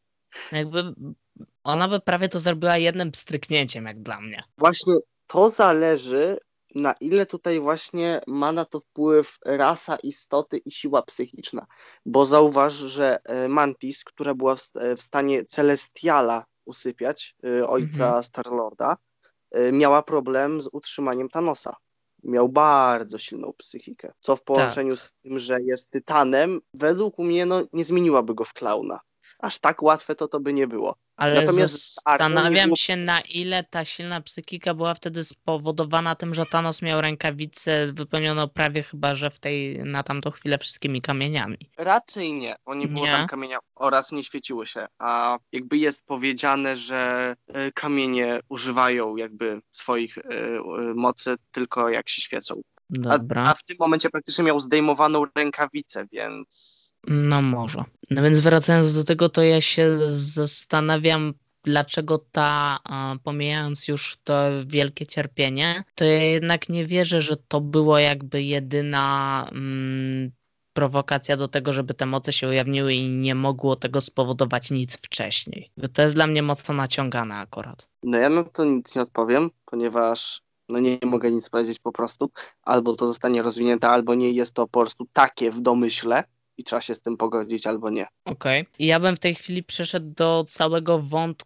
jakby ona by prawie to zrobiła jednym pstryknięciem, jak dla mnie. Właśnie to zależy, na ile tutaj właśnie ma na to wpływ rasa istoty i siła psychiczna. Bo zauważ, że e, Mantis, która była w, w stanie Celestiala usypiać, e, ojca Mhm. Star-Lorda, e, miała problem z utrzymaniem Thanosa. Miał bardzo silną psychikę, co w połączeniu Tak. z tym, że jest tytanem, według mnie no, nie zmieniłaby go w klauna. Aż tak łatwe to to by nie było. Ale Natomiast z Artem nie zastanawiam było. się, na ile ta silna psychika była wtedy spowodowana tym, że Thanos miał rękawicę wypełnioną prawie chyba, że w tej, na tamtą chwilę wszystkimi kamieniami. Raczej nie, bo nie było tam Nie? kamienia oraz nie świeciły się, a jakby jest powiedziane, że y, kamienie używają jakby swoich y, y, mocy tylko jak się świecą. A, Dobra. a w tym momencie praktycznie miał zdejmowaną rękawicę, więc No może. No więc wracając do tego, to ja się zastanawiam, dlaczego ta, a, pomijając już to wielkie cierpienie, to ja jednak nie wierzę, że to było jakby jedyna mm, prowokacja do tego, żeby te moce się ujawniły i nie mogło tego spowodować nic wcześniej. To jest dla mnie mocno naciągane akurat. no ja na to nic nie odpowiem, ponieważ no nie mogę nic powiedzieć po prostu. Albo to zostanie rozwinięte, albo nie, jest to po prostu takie w domyśle i trzeba się z tym pogodzić, albo nie. Okej. I ja bym w tej chwili przeszedł do całego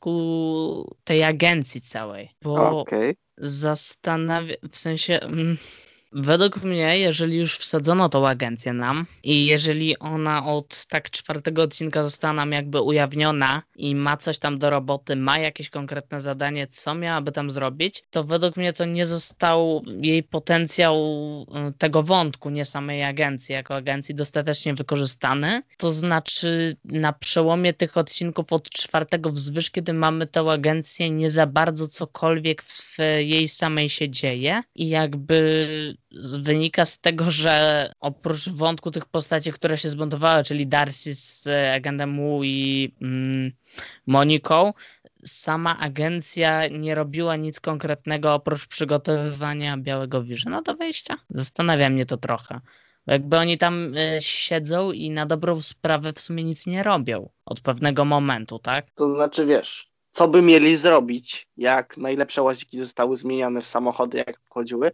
wątku tej agencji całej, bo Okej. zastanawia, w sensie, mm, według mnie, jeżeli już wsadzono tą agencję nam i jeżeli ona od tak czwartego odcinka została nam jakby ujawniona i ma coś tam do roboty, ma jakieś konkretne zadanie, co miałaby tam zrobić, to według mnie to nie został jej potencjał y, tego wątku, nie samej agencji, jako agencji dostatecznie wykorzystany. To znaczy na przełomie tych odcinków od czwartego wzwyż, kiedy mamy tę agencję, nie za bardzo cokolwiek w jej samej się dzieje i jakby z- wynika z tego, że oprócz wątku tych postaci, które się zbuntowały, czyli Darcy z e, agentem Wu i mm, Moniką, sama agencja nie robiła nic konkretnego oprócz przygotowywania Białego Visiona do wejścia. Zastanawia mnie to trochę. Bo jakby oni tam e, siedzą i na dobrą sprawę w sumie nic nie robią od pewnego momentu, tak? To znaczy, wiesz, co by mieli zrobić, jak najlepsze łaziki zostały zmieniane w samochody, jak wchodziły,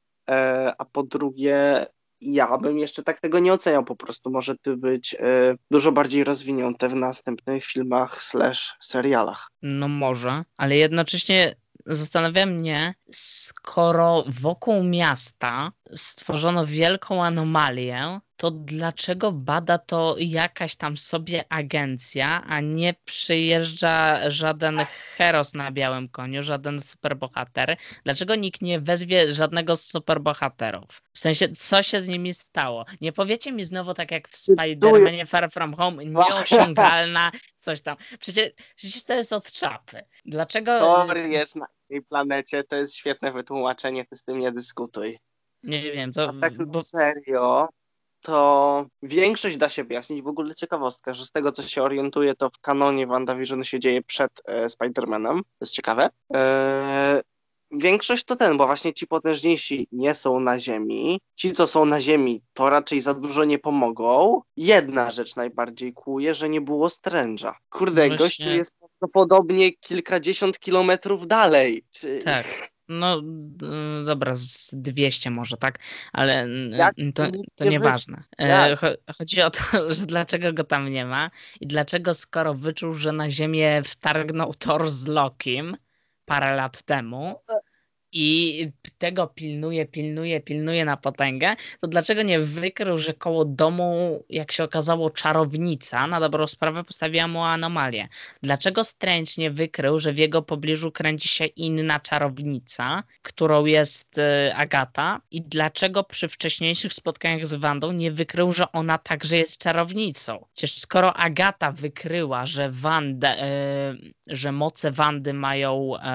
e, a po drugie, ja bym jeszcze tak tego nie oceniał, po prostu może to być e, dużo bardziej rozwinięte w następnych filmach slash serialach. No może, ale jednocześnie zastanawia mnie, skoro wokół miasta stworzono wielką anomalię, to dlaczego bada to jakaś tam sobie agencja, a nie przyjeżdża żaden heros na białym koniu, żaden superbohater? Dlaczego nikt nie wezwie żadnego z superbohaterów? W sensie, co się z nimi stało? Nie powiecie mi znowu tak jak w Spider-Manie Far From Home, nieosiągalna, coś tam. Przecież, przecież to jest od czapy. Dlaczego... Thor y, jest na tej planecie, to jest świetne wytłumaczenie, ty z tym nie dyskutuj. Nie wiem, to... A tak na Bo... serio, to większość da się wyjaśnić. W ogóle ciekawostka, że z tego co się orientuję, to w kanonie WandaVision się dzieje przed e, Spider-Manem. To jest ciekawe. E, większość to ten, bo właśnie ci potężniejsi nie są na Ziemi. Ci, co są na Ziemi, to raczej za dużo nie pomogą. Jedna rzecz najbardziej kłuje, że nie było Strange'a. Kurde, gościu Właśnie jest prawdopodobnie kilkadziesiąt kilometrów dalej. Czy... tak. No y, dobra, z dwieście może, tak? Ale Jak y, to, nic to nie wyjdzie? nieważne. Jak? E, cho- Chodzi o to, że dlaczego go tam nie ma i dlaczego skoro wyczuł, że na Ziemię wtargnął Thor z Lokim parę lat temu, i tego pilnuje, pilnuje, pilnuje na potęgę, to dlaczego nie wykrył, że koło domu, jak się okazało, czarownica na dobrą sprawę postawiła mu anomalię? Dlaczego Strange nie wykrył, że w jego pobliżu kręci się inna czarownica, którą jest y, Agata, i dlaczego przy wcześniejszych spotkaniach z Wandą nie wykrył, że ona także jest czarownicą? Przecież skoro Agata wykryła, że Wanda, y, że moce Wandy mają y,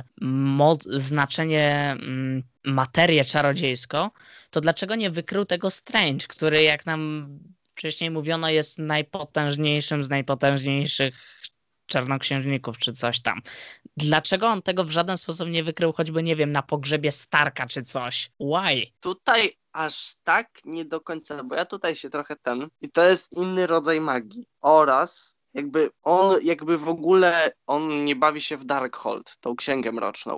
mo- znaczenie y, materię czarodziejską, to dlaczego nie wykrył tego Strange, który, jak nam wcześniej mówiono, jest najpotężniejszym z najpotężniejszych czarnoksiężników czy coś tam. Dlaczego on tego w żaden sposób nie wykrył, choćby, nie wiem, na pogrzebie Starka czy coś? Why? Tutaj aż tak nie do końca, bo ja tutaj się trochę ten... I to jest inny rodzaj magii. Oraz jakby on, jakby w ogóle on nie bawi się w Darkhold, tą księgę mroczną.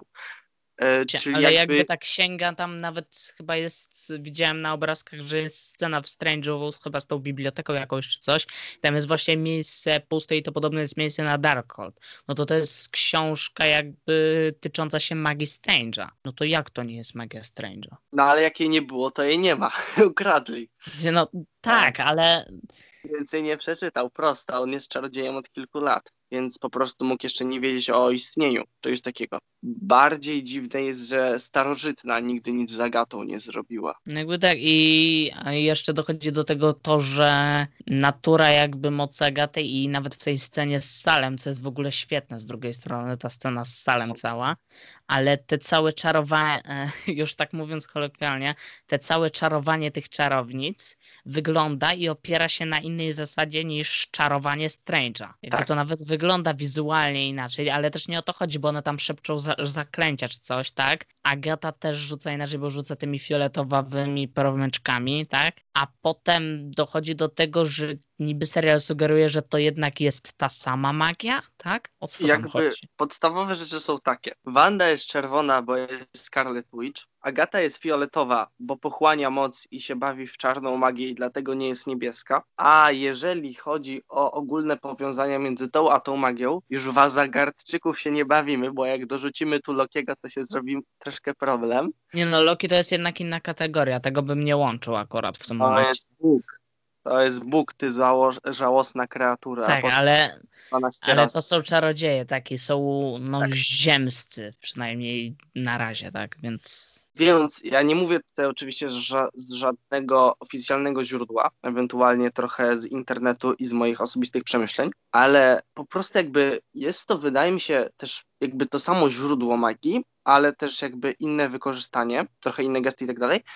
E, czyli Ale jakby... jakby ta księga tam nawet chyba jest, widziałem na obrazkach, że jest scena w Strange'u chyba z tą biblioteką jakąś czy coś. Tam jest właśnie miejsce puste i to podobne jest miejsce na Darkhold. No to to jest książka jakby tycząca się magii Strange'a. No to jak to nie jest magia Strange'a? No ale jak jej nie było, to jej nie ma. Ukradli. Znaczy, no tak, ale Więcej nie przeczytał, prosto. On jest czarodziejem od kilku lat, więc po prostu mógł jeszcze nie wiedzieć o istnieniu czegoś takiego. Bardziej dziwne jest, że starożytna nigdy nic z Agatą nie zrobiła. no jakby tak, i a jeszcze dochodzi do tego to, że natura jakby mocy Agaty i nawet w tej scenie z Salem, co jest w ogóle świetne z drugiej strony, ta scena z Salem cała, ale te całe czarowanie, już tak mówiąc kolokwialnie, te całe czarowanie tych czarownic wygląda i opiera się na innej zasadzie niż czarowanie Strange'a. Jakby Tak. to nawet wygląda wizualnie inaczej, ale też nie o to chodzi, bo one tam szepczą za zaklęcia czy coś, tak? Agata też rzuca inaczej, bo rzuca tymi fioletowymi promyczkami, tak? A potem dochodzi do tego, że niby serial sugeruje, że to jednak jest ta sama magia, tak? O co tam Jakby chodzi? podstawowe rzeczy są takie. Wanda jest czerwona, bo jest Scarlet Witch. Agata jest fioletowa, bo pochłania moc i się bawi w czarną magię i dlatego nie jest niebieska. A jeżeli chodzi o ogólne powiązania między tą a tą magią, już w Azagardczyków się nie bawimy, bo jak dorzucimy tu Lokiego, to się zrobi troszkę problem. Nie no, Loki to jest jednak inna kategoria, tego bym nie łączył akurat w tym To momencie. jest Bóg. To jest Bóg, ty zało- żałosna kreatura. Tak, po ale, dwanaście ale razy. to są czarodzieje, takie są no ziemscy, przynajmniej na razie, tak, więc... Więc ja nie mówię tutaj oczywiście z, ża- z żadnego oficjalnego źródła, ewentualnie trochę z internetu i z moich osobistych przemyśleń, ale po prostu jakby jest to, wydaje mi się, też jakby to samo źródło magii, ale też jakby inne wykorzystanie, trochę inne gesty i tak dalej.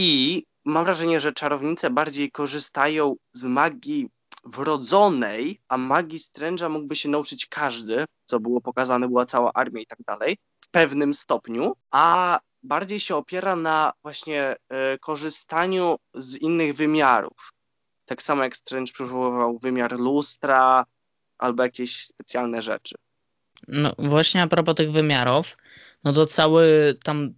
I mam wrażenie, że czarownice bardziej korzystają z magii wrodzonej, a magii Strange'a mógłby się nauczyć każdy, co było pokazane, była cała armia i tak dalej, w pewnym stopniu, a bardziej się opiera na właśnie e, korzystaniu z innych wymiarów. Tak samo jak Strange przywoływał wymiar lustra albo jakieś specjalne rzeczy. No właśnie a propos tych wymiarów, no to cały tam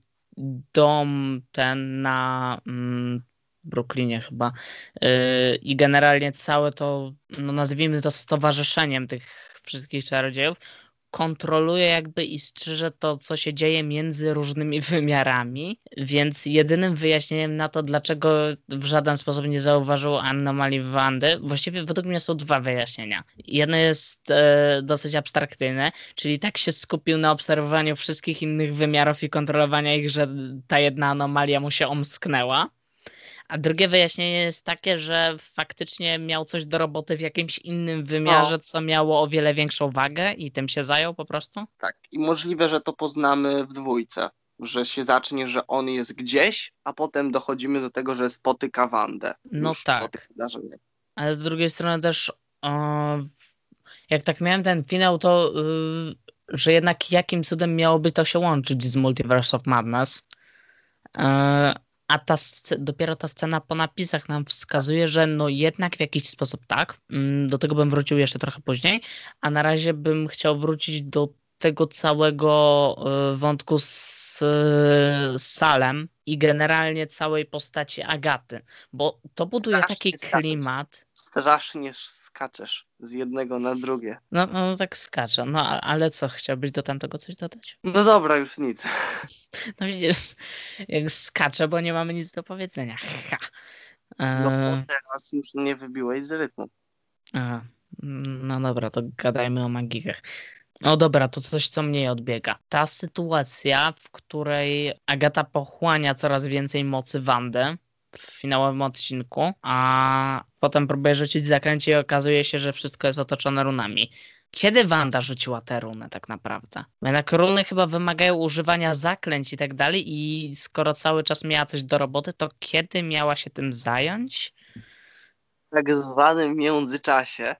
dom ten na mm, Brooklynie chyba yy, i generalnie całe to, no nazwijmy to stowarzyszeniem tych wszystkich czarodziejów, kontroluje jakby i strzeże to, co się dzieje między różnymi wymiarami, więc jedynym wyjaśnieniem na to, dlaczego w żaden sposób nie zauważył anomalii Wandy, właściwie według mnie są dwa wyjaśnienia. Jedno jest e, dosyć abstrakcyjne, czyli tak się skupił na obserwowaniu wszystkich innych wymiarów i kontrolowania ich, że ta jedna anomalia mu się omsknęła. A drugie wyjaśnienie jest takie, że faktycznie miał coś do roboty w jakimś innym wymiarze, co miało o wiele większą wagę i tym się zajął po prostu. Tak, i możliwe, że to poznamy w dwójce, że się zacznie, że on jest gdzieś, a potem dochodzimy do tego, że spotyka Wandę. No Już tak. po tych wydarzeniach. Ale z drugiej strony też, e, jak tak miałem ten finał, to y, że jednak jakim cudem miałoby to się łączyć z Multiverse of Madness. E, a ta sc- dopiero ta scena po napisach nam wskazuje, że no jednak w jakiś sposób tak. Mm, Do tego bym wrócił jeszcze trochę później, a na razie bym chciał wrócić do tego całego y, wątku z, y, z Salem i generalnie całej postaci Agaty, bo to buduje taki Strasznie skaczesz. klimat. Strasznie skaczesz z jednego na drugie. No, no tak skacze, no a- ale co, chciałbyś do tamtego coś dodać? No dobra, już nic. No widzisz, jak skaczę, bo nie mamy nic do powiedzenia. Ha. No bo E, teraz już nie wybiłeś z rytmu. a, no dobra, to gadajmy o magikach. No dobra, to coś, co mniej odbiega. Ta sytuacja, w której Agata pochłania coraz więcej mocy Wandy w finałowym odcinku, a potem próbuje rzucić zaklęcie i okazuje się, że wszystko jest otoczone runami. Kiedy Wanda rzuciła te runy tak naprawdę? Bo jednak runy chyba wymagają używania zaklęć i tak dalej i skoro cały czas miała coś do roboty, to kiedy miała się tym zająć? W tak zwanym międzyczasie.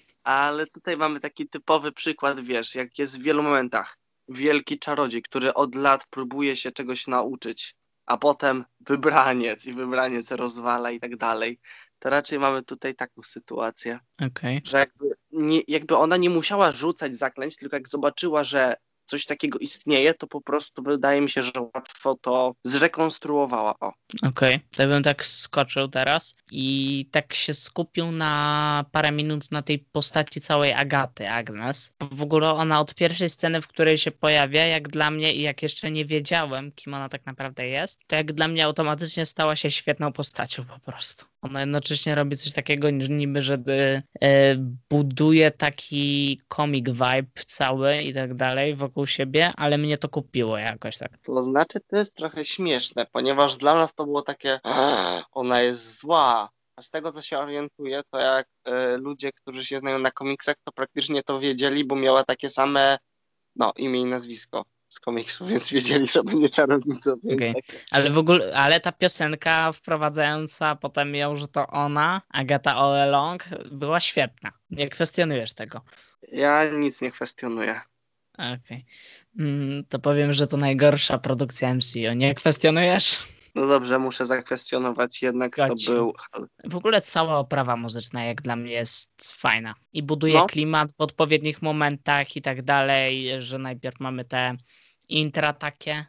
Ale tutaj mamy taki typowy przykład, wiesz, jak jest w wielu momentach. Wielki czarodziej, który od lat próbuje się czegoś nauczyć, a potem wybraniec i wybraniec rozwala i tak dalej. To raczej mamy tutaj taką sytuację, Okej. że jakby, nie, jakby ona nie musiała rzucać zaklęć, tylko jak zobaczyła, że coś takiego istnieje, to po prostu wydaje mi się, że łatwo to zrekonstruowała. O. Okej, to ja bym tak skoczył teraz i tak się skupił na parę minut na tej postaci całej Agaty, Agnes. W ogóle ona od pierwszej sceny, w której się pojawia, jak dla mnie i jak jeszcze nie wiedziałem, kim ona tak naprawdę jest, to jak dla mnie automatycznie stała się świetną postacią po prostu. Ona jednocześnie robi coś takiego niby, że y, y, buduje taki comic vibe cały i tak dalej wokół siebie, ale mnie to kupiło jakoś tak. To znaczy, to jest trochę śmieszne, ponieważ dla nas to było takie, "Eee, ona jest zła. A z tego, co się orientuję, to jak e, ludzie, którzy się znają na komiksach, to praktycznie to wiedzieli, bo miała takie same, no, imię i nazwisko z komiksów, więc wiedzieli, że będzie czarownicą. Więc Okej. takie. Ale w ogóle, ale ta piosenka wprowadzająca potem ją, że to ona, Agata All Along, była świetna. Nie kwestionujesz tego. Ja nic nie kwestionuję. Okej. Mm, to powiem, że to najgorsza produkcja M C U. Nie kwestionujesz? No dobrze, muszę zakwestionować jednak, to Goci. był Hulk. W ogóle cała oprawa muzyczna, jak dla mnie, jest fajna. I buduje No, klimat w odpowiednich momentach i tak dalej, że najpierw mamy te intra takie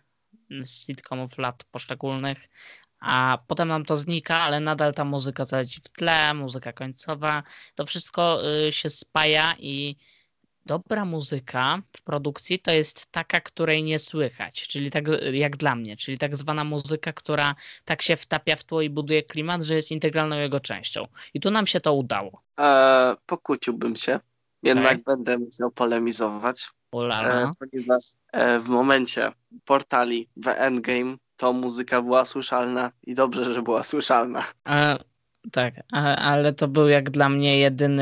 z sitcomów lat poszczególnych, a potem nam to znika, ale nadal ta muzyka, co leci w tle, muzyka końcowa, to wszystko y, się spaja i dobra muzyka w produkcji to jest taka, której nie słychać, czyli tak jak dla mnie, czyli tak zwana muzyka, która tak się wtapia w tło i buduje klimat, że jest integralną jego częścią. I tu nam się to udało. e, pokłóciłbym się, jednak Okej. będę musiał polemizować. E, Ulala. ponieważ e, w momencie portali w Endgame to muzyka była słyszalna i dobrze, że była słyszalna. E, tak, a, ale to był jak dla mnie jedyny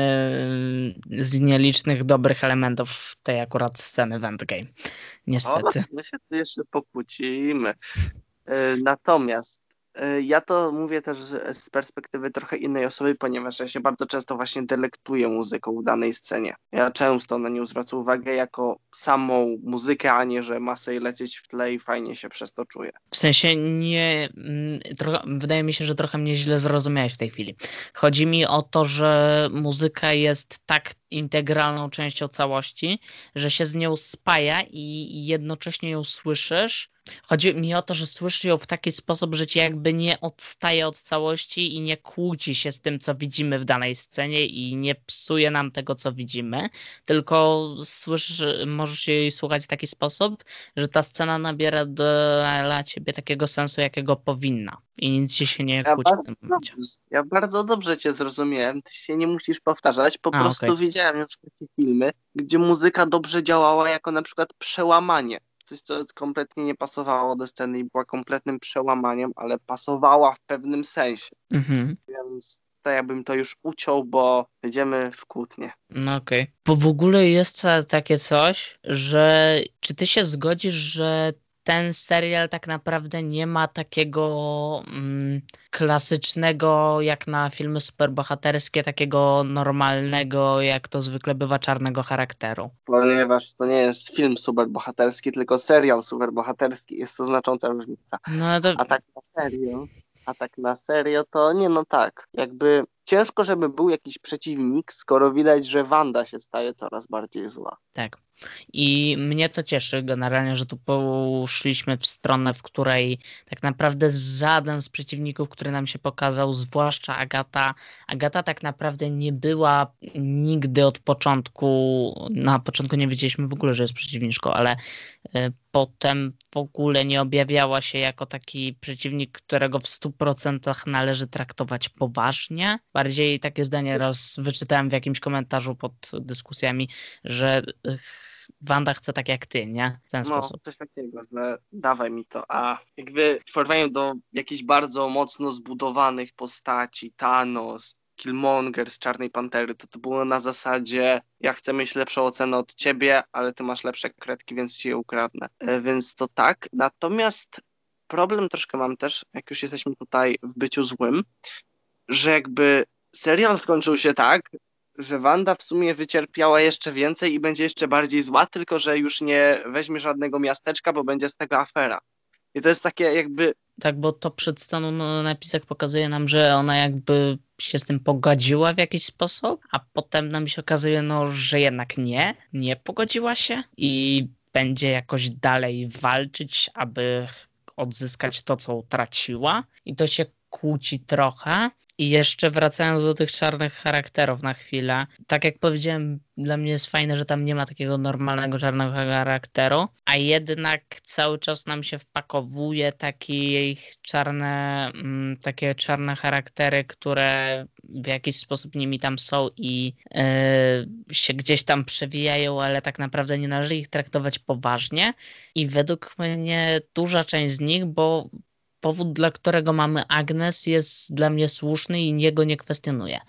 y, z nielicznych dobrych elementów tej akurat sceny w Endgame. O, Niestety. my się tu jeszcze pokłócimy. E, Natomiast e, ja to mówię też z z perspektywy trochę innej osoby, ponieważ ja się bardzo często właśnie delektuję muzyką w danej scenie. Ja często na nią zwracam uwagę jako samą muzykę, a nie, że ma sobie lecieć w tle i fajnie się przez to czuję. W sensie nie. mm, Trochę, wydaje mi się, że trochę mnie źle zrozumiałeś w tej chwili. Chodzi mi o to, że muzyka jest tak integralną częścią całości, że się z nią spaja i jednocześnie ją słyszysz. Chodzi mi o to, że słyszysz ją w taki sposób, że ci jakby nie odstaje od całości i nie kłóci się z tym, co widzimy w danej scenie i nie psuje nam tego, co widzimy, tylko słyszysz, możesz jej słuchać w taki sposób, że ta scena nabiera dla ciebie takiego sensu, jakiego powinna. I nic ci się nie Ja kłóci w bardzo tym momencie. dobrze, ja bardzo dobrze cię zrozumiałem. Ty się nie musisz powtarzać. Po A, okej. prostu widziałem już takie filmy, gdzie muzyka dobrze działała jako na przykład przełamanie. Coś, co kompletnie nie pasowało do sceny i była kompletnym przełamaniem, ale pasowała w pewnym sensie. Mhm. Więc to ja bym to już uciął, bo będziemy w kłótnie. No okej. Bo w ogóle jest ta- takie coś, że czy ty się zgodzisz, że ten serial tak naprawdę nie ma takiego mm, klasycznego, jak na filmy superbohaterskie, takiego normalnego, jak to zwykle bywa, czarnego charakteru? Ponieważ to nie jest film superbohaterski, tylko serial superbohaterski. Jest to znacząca różnica. No to A tak na serio, a tak na serio to nie, no tak. Jakby ciężko, żeby był jakiś przeciwnik, skoro widać, że Wanda się staje coraz bardziej zła. tak. I mnie to cieszy generalnie, że tu poszliśmy w stronę, w której tak naprawdę żaden z przeciwników, który nam się pokazał, zwłaszcza Agata, Agata tak naprawdę nie była nigdy od początku, na początku nie wiedzieliśmy w ogóle, że jest przeciwniczką, ale y, potem w ogóle nie objawiała się jako taki przeciwnik, którego w stu procentach należy traktować poważnie. Bardziej takie zdanie raz wyczytałem w jakimś komentarzu pod dyskusjami, że y, Wanda chce tak jak ty, nie? W ten No, sposób. coś takiego, że dawaj mi to. A jakby w porównaniu do jakichś bardzo mocno zbudowanych postaci, Thanos, Killmonger z Czarnej Pantery, to to było na zasadzie ja chcę mieć lepszą ocenę od ciebie, ale ty masz lepsze kredki, więc ci je ukradnę. E, więc to tak. Natomiast problem troszkę mam też, jak już jesteśmy tutaj w byciu złym, że jakby serial skończył się tak, że Wanda w sumie wycierpiała jeszcze więcej i będzie jeszcze bardziej zła, tylko że już nie weźmie żadnego miasteczka, bo będzie z tego afera. I to jest takie jakby... Tak, bo to przedstanu na napisach pokazuje nam, że ona jakby się z tym pogodziła w jakiś sposób, a potem nam się okazuje, no, że jednak nie, nie pogodziła się i będzie jakoś dalej walczyć, aby odzyskać to, co utraciła. I to się kłóci trochę. I jeszcze wracając do tych czarnych charakterów na chwilę, tak jak powiedziałem, dla mnie jest fajne, że tam nie ma takiego normalnego czarnego charakteru, a jednak cały czas nam się wpakowuje takie czarne, mm, takie czarne charaktery, które w jakiś sposób nimi tam są i yy, się gdzieś tam przewijają, ale tak naprawdę nie należy ich traktować poważnie. I według mnie duża część z nich, bo powód, dla którego mamy Agnes, jest dla mnie słuszny i niego nie kwestionuję.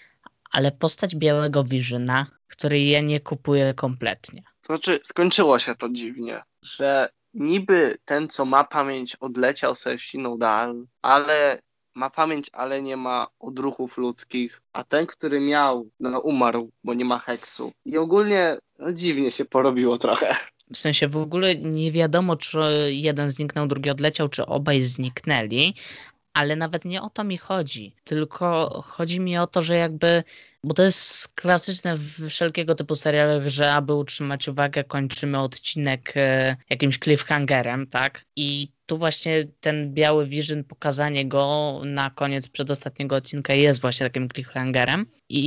Ale postać Białego Visiona, której ja nie kupuję kompletnie. To znaczy, skończyło się to dziwnie, że niby ten, co ma pamięć, odleciał sobie w siną dal, ale ma pamięć, ale nie ma odruchów ludzkich, a ten, który miał, no umarł, bo nie ma heksu. I ogólnie no, dziwnie się porobiło trochę. W sensie w ogóle nie wiadomo, czy jeden zniknął, drugi odleciał, czy obaj zniknęli, ale nawet nie o to mi chodzi. Tylko chodzi mi o to, że jakby, bo to jest klasyczne w wszelkiego typu serialach, że aby utrzymać uwagę, kończymy odcinek e, jakimś cliffhangerem, tak? I tu właśnie ten biały Vision, pokazanie go na koniec przedostatniego odcinka jest właśnie takim cliffhangerem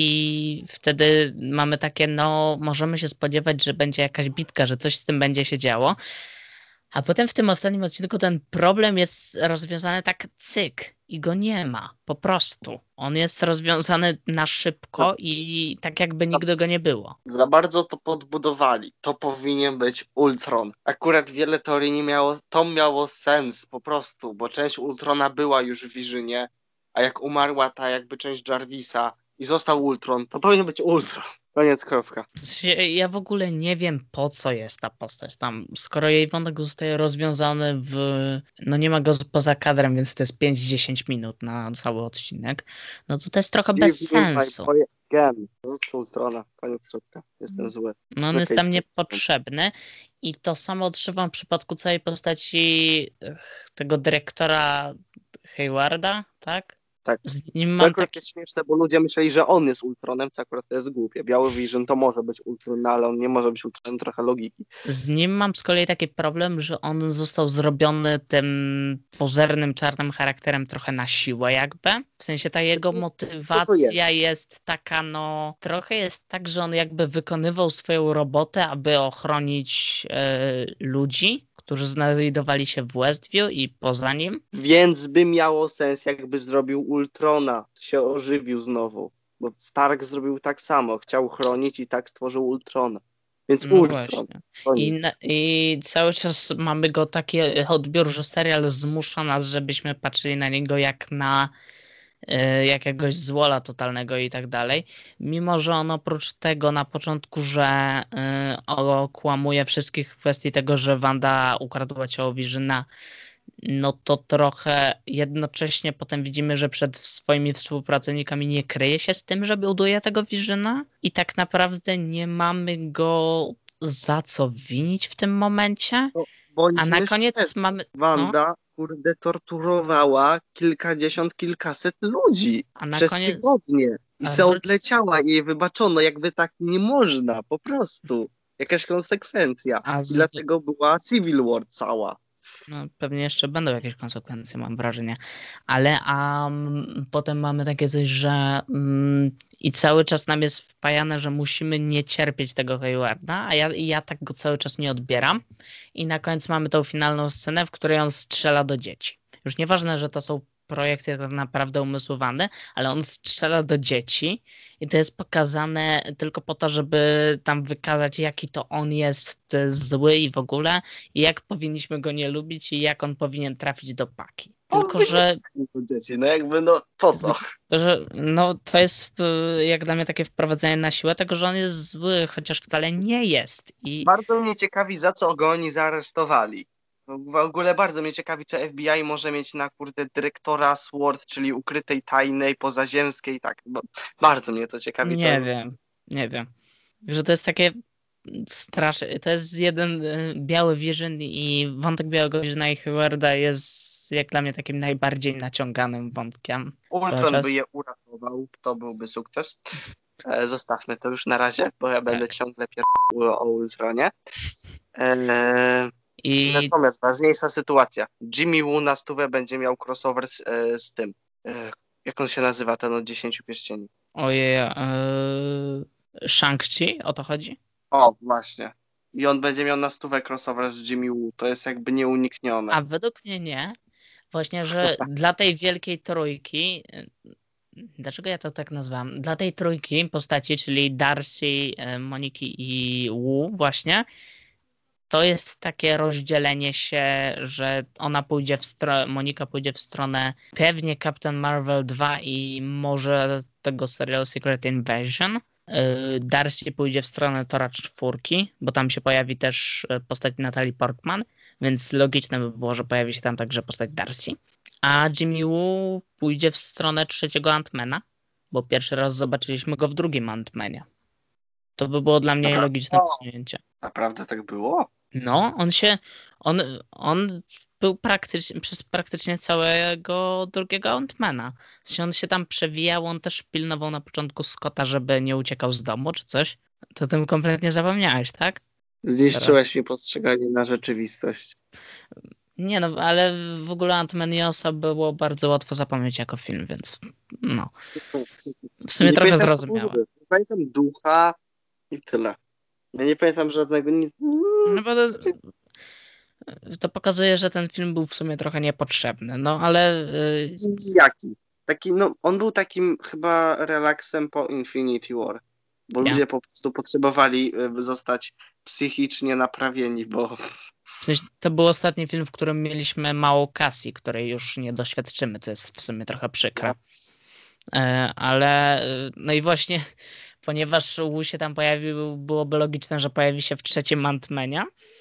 i wtedy mamy takie, no możemy się spodziewać, że będzie jakaś bitka, że coś z tym będzie się działo. A potem w tym ostatnim odcinku ten problem jest rozwiązany tak cyk i go nie ma, po prostu. On jest rozwiązany na szybko i tak jakby nigdy go nie było. Za bardzo to podbudowali. To powinien być Ultron. Akurat wiele teorii nie miało, to miało sens po prostu, bo część Ultrona była już w Visionie, a jak umarła ta jakby część Jarvisa i został Ultron, to powinien być Ultron. Koniec, kropka. Ja w ogóle nie wiem, po co jest ta postać tam. Skoro jej wątek zostaje rozwiązany w... No nie ma go poza kadrem, więc to jest pięć dziesięć minut na cały odcinek. No to to jest trochę bez sensu. Został Ultrona. Koniec, kropka. Jestem zły. No on jest tam niepotrzebny. I to samo odczuwam w przypadku całej postaci tego dyrektora Haywarda, tak? Tak. Z nim To mam akurat taki... jest śmieszne, bo ludzie myśleli, że on jest Ultronem, co akurat to jest głupie. Biały Vision to może być Ultron, no ale on nie może być Ultronem, trochę logiki. Z nim mam z kolei taki problem, że on został zrobiony tym pozernym czarnym charakterem trochę na siłę jakby. W sensie ta jego motywacja jest? jest taka, no trochę jest tak, że on jakby wykonywał swoją robotę, aby ochronić e, ludzi, którzy znajdowali się w Westview i poza nim. Więc by miało sens, jakby zrobił Ultrona, się ożywił znowu. Bo Stark zrobił tak samo, chciał chronić i tak stworzył Ultrona. Więc No Ultron. I, na, I cały czas mamy go taki odbiór, że serial zmusza nas, żebyśmy patrzyli na niego jak na y, jakiegoś złola totalnego i tak dalej. Mimo że on oprócz tego na początku, że y, okłamuje wszystkich w kwestii tego, że Wanda ukradła ciało Visiona, no to trochę jednocześnie potem widzimy, że przed swoimi współpracownikami nie kryje się z tym, że buduje tego Visiona i tak naprawdę nie mamy go za co winić w tym momencie. No, a na koniec też. mamy... Wanda, no. kurde, torturowała kilkadziesiąt, kilkaset ludzi a na przez koniec... tygodnie i a se wróć... odleciała i jej wybaczono, jakby tak nie można, po prostu. jakaś konsekwencja. A I z... dlatego była Civil War cała. No, pewnie jeszcze będą jakieś konsekwencje, mam wrażenie. Ale a mm, potem mamy takie coś, że mm, i cały czas nam jest wpajane, że musimy nie cierpieć tego Haywarda, a ja, i ja tak go cały czas nie odbieram. I na końcu mamy tą finalną scenę, w której on strzela do dzieci. Już nieważne, że to są projekty tak naprawdę umysłowane, ale on strzela do dzieci i to jest pokazane tylko po to, żeby tam wykazać, jaki to on jest e, zły i w ogóle, i jak powinniśmy go nie lubić i jak on powinien trafić do paki. On Tylko, by nie że, strzelił do dzieci, no jakby, no po co? że no, to jest e, jak dla mnie takie wprowadzenie na siłę tego, że on jest zły, chociaż wcale nie jest. I Bardzo mnie ciekawi, za co go oni zaaresztowali. W ogóle bardzo mnie ciekawi, co F B I może mieć na kurde dyrektora SWORD, czyli ukrytej, tajnej, pozaziemskiej, tak. Bo bardzo mnie to ciekawi, co nie oni... wiem, nie wiem. Że to jest takie straszne. To jest jeden e, biały Vision i wątek białego Visiona i Haywarda jest jak dla mnie takim najbardziej naciąganym wątkiem cały Ultron by czas. je uratował, to byłby sukces. E, zostawmy to już na razie, bo ja będę Tak. ciągle pierdolił o Ultronie. E, I natomiast ważniejsza sytuacja. Jimmy Woo na stówę będzie miał crossover z, e, z tym. E, jak on się nazywa, ten od dziesięciu pierścieni? ojej, e, Shang-Chi, o to chodzi? O, właśnie. I on będzie miał na stówę crossover z Jimmy Woo. To jest jakby nieuniknione. A według mnie nie. Właśnie, że dla tej wielkiej trójki, e, dlaczego ja to tak nazwałem? Dla tej trójki postaci, czyli Darcy, e, Moniki i Wu właśnie, to jest takie rozdzielenie się, że ona pójdzie w stronę, Monika pójdzie w stronę pewnie Captain Marvel dwa i może tego serialu Secret Invasion. Yy, Darcy pójdzie w stronę Tora czwórki, bo tam się pojawi też yy, postać Natalie Portman, więc logiczne by było, że pojawi się tam także postać Darcy. A Jimmy Woo pójdzie w stronę trzeciego Ant-Mana, bo pierwszy raz zobaczyliśmy go w drugim Ant-Manie. To by było dla mnie Dobra. logiczne O, posunięcie. naprawdę tak było? No, on się, on, on był praktycznie, przez praktycznie całego drugiego Ant-Mana. W sensie on się tam przewijał, on też pilnował na początku Scotta, żeby nie uciekał z domu czy coś. To tym kompletnie zapomniałeś, tak? Zniszczyłeś Teraz. mi postrzeganie na rzeczywistość. Nie no, ale w ogóle Ant-Man i Osa było bardzo łatwo zapomnieć jako film, więc no. W sumie Nie trochę pamiętam zrozumiałe. fabuły. Pamiętam ducha i tyle. Ja nie pamiętam żadnego... Nie... No bo to, to pokazuje, że ten film był w sumie trochę niepotrzebny, no ale... Yy, Jaki? Taki, no, on był takim chyba relaksem po Infinity War. Bo ja. ludzie po prostu potrzebowali y, zostać psychicznie naprawieni, bo W sensie, to był ostatni film, w którym mieliśmy mało Cassie, której już nie doświadczymy, co jest w sumie trochę przykre. E, Ale e, no i właśnie, ponieważ Wu się tam pojawił, byłoby logiczne, że pojawi się w trzecim Ant-Manie.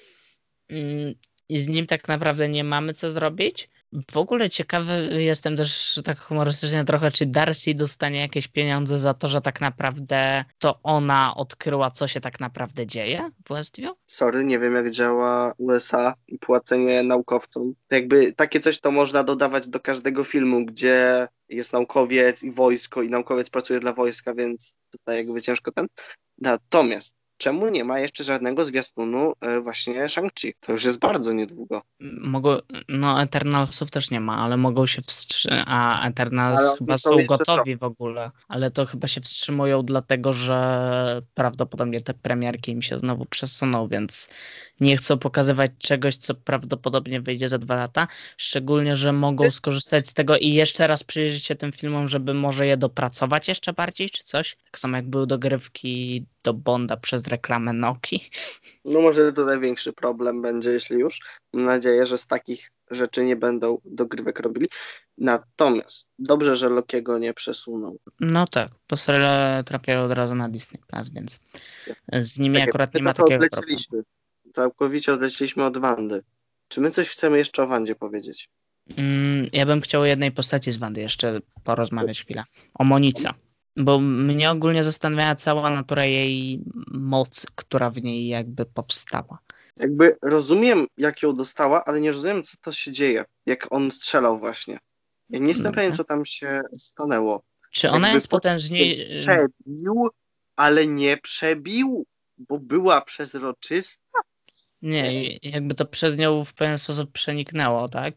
Mm, I z nim tak naprawdę nie mamy co zrobić. W ogóle ciekawy jestem też tak humorystycznie trochę, czy Darcy dostanie jakieś pieniądze za to, że tak naprawdę to ona odkryła, co się tak naprawdę dzieje w Westview? sorry, nie wiem jak działa U S A i płacenie naukowcom. To jakby takie coś to można dodawać do każdego filmu, gdzie jest naukowiec i wojsko i naukowiec pracuje dla wojska, więc tutaj jakby ciężko ten. Natomiast czemu nie ma jeszcze żadnego zwiastunu e, właśnie Shang-Chi? To już jest bardzo niedługo. Mogą, no Eternalsów też nie ma, ale mogą się wstrzymać, a Ale Eternals oni chyba są są jeszcze gotowi w ogóle, ale to chyba się wstrzymują dlatego, że prawdopodobnie te premierki im się znowu przesuną, więc nie chcą pokazywać czegoś, co prawdopodobnie wyjdzie za dwa lata, szczególnie, że mogą skorzystać z tego i jeszcze raz przyjrzeć się tym filmom, żeby może je dopracować jeszcze bardziej, czy coś, tak samo jak były dogrywki do Bonda przez reklamę Noki. No może to największy problem będzie, jeśli już. Mam nadzieję, że z takich rzeczy nie będą dogrywek robili. Natomiast dobrze, że Lokiego nie przesunął. No tak, bo seriale trafiają od razu na Disney Plus, więc z nimi Tak, akurat my nie ma trochę takiego problemu. odleciliśmy. Całkowicie odleciliśmy od Wandy. Czy my coś chcemy jeszcze o Wandzie powiedzieć? Mm, ja bym chciał o jednej postaci z Wandy jeszcze porozmawiać chwilę. O Monice. Bo mnie ogólnie zastanawia cała natura jej mocy, która w niej jakby powstała. Jakby rozumiem, jak ją dostała, ale nie rozumiem, co to się dzieje, jak on strzelał właśnie. Ja nie jestem Dobra. pewien, co tam się stanęło. Czy ona Jakby jest potężniej... przebił, ale nie przebił bo była przezroczysta? Nie, jakby to przez nią w pewien sposób przeniknęło, tak?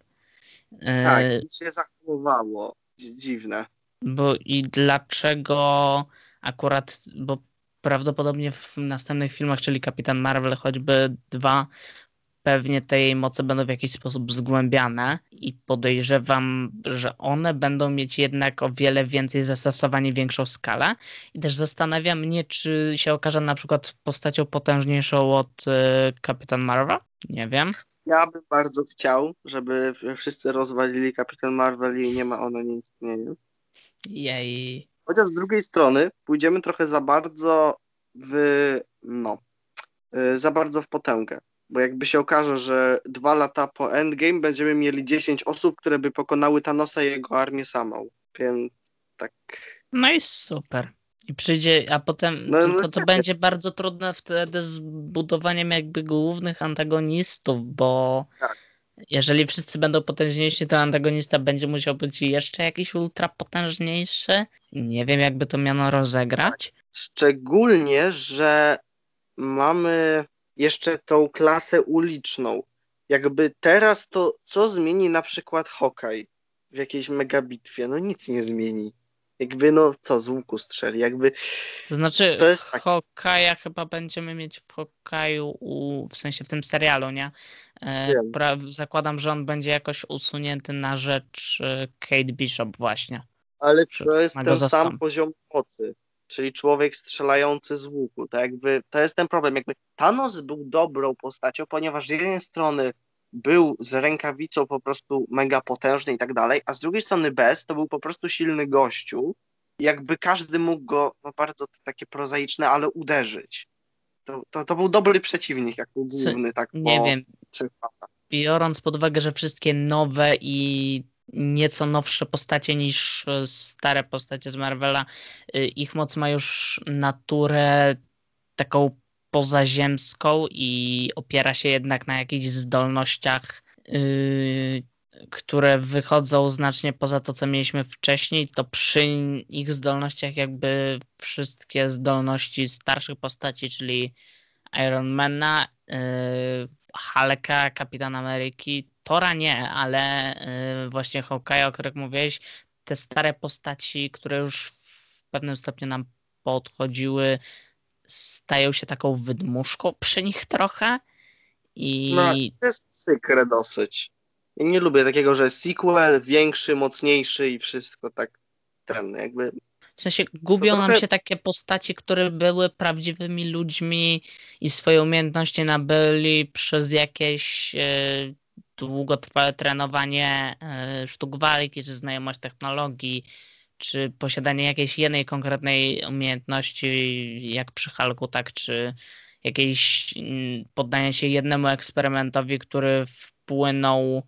Tak, E, i się zachowywało. Dzi- Dziwne. Bo i dlaczego akurat, bo prawdopodobnie w następnych filmach, czyli Kapitan Marvel, choćby dwa, pewnie te jej moce będą w jakiś sposób zgłębiane i podejrzewam, że one będą mieć jednak o wiele więcej zastosowań i większą skalę. I też zastanawia mnie, czy się okaże na przykład postacią potężniejszą od e, Kapitan Marvel? Nie wiem. Ja bym bardzo chciał, żeby wszyscy rozwalili Kapitan Marvel i nie ma ona nie istnieje. Jej. Chociaż z drugiej strony pójdziemy trochę za bardzo w, no, y, za bardzo w potęgę. Bo jakby się okaże, że dwa lata po Endgame będziemy mieli dziesięć osób, które by pokonały Thanosa i jego armię samą. Więc tak. No i super. I przyjdzie, a potem No, no tylko to świetnie. będzie bardzo trudne wtedy z budowaniem jakby głównych antagonistów, bo Tak. jeżeli wszyscy będą potężniejsi, to antagonista będzie musiał być jeszcze jakiś ultra potężniejszy. Nie wiem, jakby to miano rozegrać. Szczególnie, że mamy jeszcze tą klasę uliczną. Jakby teraz to co zmieni na przykład Hawkeye w jakiejś megabitwie? No nic nie zmieni. Jakby no co, z łuku strzeli. Jakby To znaczy, to jest tak, Hawkeye'a chyba będziemy mieć w Hawkeye'u, u- w sensie w tym serialu, nie? E, wiem. pra- zakładam, że on będzie jakoś usunięty na rzecz e, Kate Bishop właśnie. Ale Że to jest ma go ten sam zastąpić. poziom mocy. Czyli człowiek strzelający z łuku. To jakby to jest ten problem. Jakby Thanos był dobrą postacią, ponieważ z jednej strony był z rękawicą po prostu mega potężny i tak dalej, a z drugiej strony bez, to był po prostu silny gościu. Jakby każdy mógł go, no bardzo to takie prozaiczne, ale uderzyć. To, to, to był dobry przeciwnik, jako Co- główny, tak Nie po wiem, trzech latach. biorąc pod uwagę, że wszystkie nowe i nieco nowsze postacie niż e, stare postacie z Marvela, y, ich moc ma już naturę taką pozaziemską i opiera się jednak na jakichś zdolnościach, yy, które wychodzą znacznie poza to, co mieliśmy wcześniej, to przy ich zdolnościach jakby wszystkie zdolności starszych postaci, czyli Ironmana, yy, Hulka, Kapitana Ameryki, Tora nie, ale yy, właśnie Hawkeye, o których mówiłeś, te stare postaci, które już w pewnym stopniu nam podchodziły, stają się taką wydmuszką przy nich trochę No, i to jest przykre dosyć. Ja nie lubię takiego, że sequel większy, mocniejszy i wszystko tak ten, jakby w sensie to gubią nam trochę się takie postaci, które były prawdziwymi ludźmi i swoje umiejętności nabyli przez jakieś e, długotrwałe trenowanie e, sztuk walki, czy znajomość technologii, czy posiadanie jakiejś jednej konkretnej umiejętności, jak przy Hulku, tak, czy jakieś mm, poddanie się jednemu eksperymentowi, który wpłynął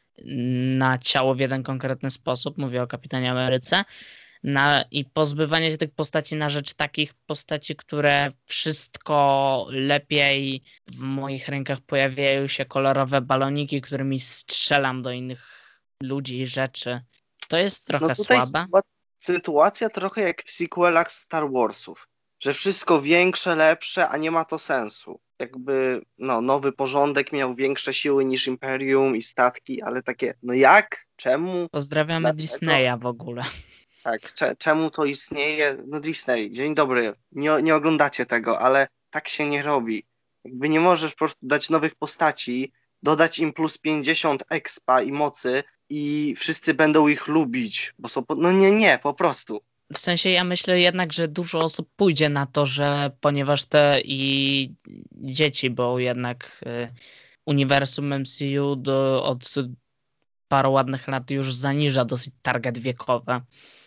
na ciało w jeden konkretny sposób, mówię o Kapitanie Ameryce, na, i pozbywanie się tych postaci na rzecz takich postaci, które wszystko lepiej w moich rękach pojawiają się kolorowe baloniki, którymi strzelam do innych ludzi i rzeczy. To jest no trochę tutaj słabe. sytuacja, sytuacja trochę jak w sequelach Star Warsów, że wszystko większe, lepsze, a nie ma to sensu. Jakby no, nowy porządek miał większe siły niż Imperium i statki, ale takie, no jak? Czemu? Pozdrawiamy Dlaczego? Disneya w ogóle. Tak, cze, czemu to istnieje? No Disney, dzień dobry, nie, nie oglądacie tego, ale tak się nie robi. Jakby nie możesz po prostu dać nowych postaci, dodać im plus pięćdziesiąt expa i mocy i wszyscy będą ich lubić, bo są, po... no nie, nie, po prostu. W sensie ja myślę jednak, że dużo osób pójdzie na to, że ponieważ te i dzieci, bo jednak y, uniwersum M C U do, od paru ładnych lat już zaniża dosyć target wiekowy,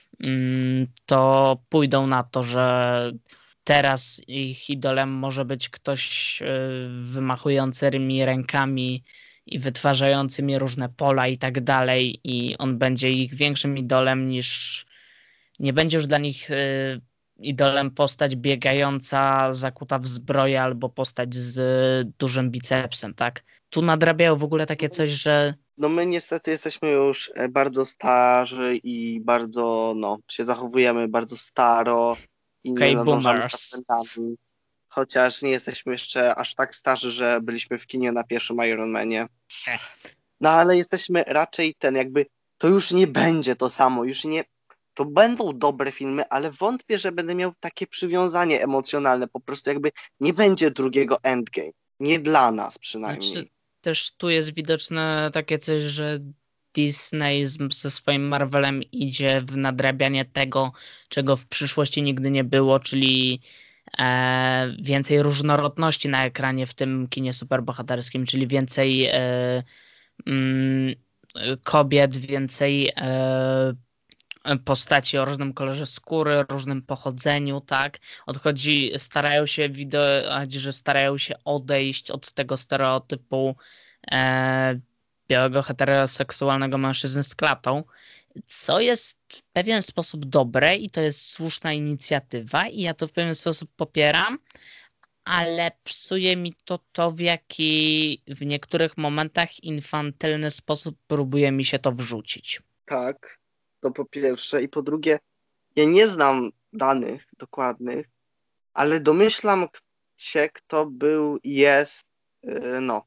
mm, to pójdą na to, że teraz ich idolem może być ktoś y, wymachującymi rękami i wytwarzającymi różne pola i tak dalej, i on będzie ich większym idolem niż nie będzie już dla nich y, idolem postać biegająca, zakuta w zbroję albo postać z dużym bicepsem, tak? Tu nadrabiają w ogóle takie coś, że No my niestety jesteśmy już e, bardzo starzy i bardzo, no, się zachowujemy bardzo staro i nie okej, nadążamy za boomers. trendami. chociaż nie jesteśmy jeszcze aż tak starzy, że byliśmy w kinie na pierwszym Iron Manie. No ale jesteśmy raczej ten jakby, to już nie będzie to samo, już nie, to będą dobre filmy, ale wątpię, że będę miał takie przywiązanie emocjonalne, po prostu jakby nie będzie drugiego Endgame, nie dla nas przynajmniej. Znaczy, też tu jest widoczne takie coś, że Disney z, ze swoim Marvelem idzie w nadrabianie tego, czego w przyszłości nigdy nie było, czyli e, więcej różnorodności na ekranie w tym kinie superbohaterskim, czyli więcej e, mm, kobiet, więcej e, postaci o różnym kolorze skóry, różnym pochodzeniu, tak? Odchodzi, starają się widać, że starają się odejść od tego stereotypu e, białego heteroseksualnego mężczyzny z klatą, co jest w pewien sposób dobre i to jest słuszna inicjatywa i ja to w pewien sposób popieram, ale psuje mi to to, w jaki w niektórych momentach infantylny sposób próbuje mi się to wrzucić. Tak, to po pierwsze. I po drugie, ja nie znam danych dokładnych, ale domyślam się, kto był i jest, yy, no,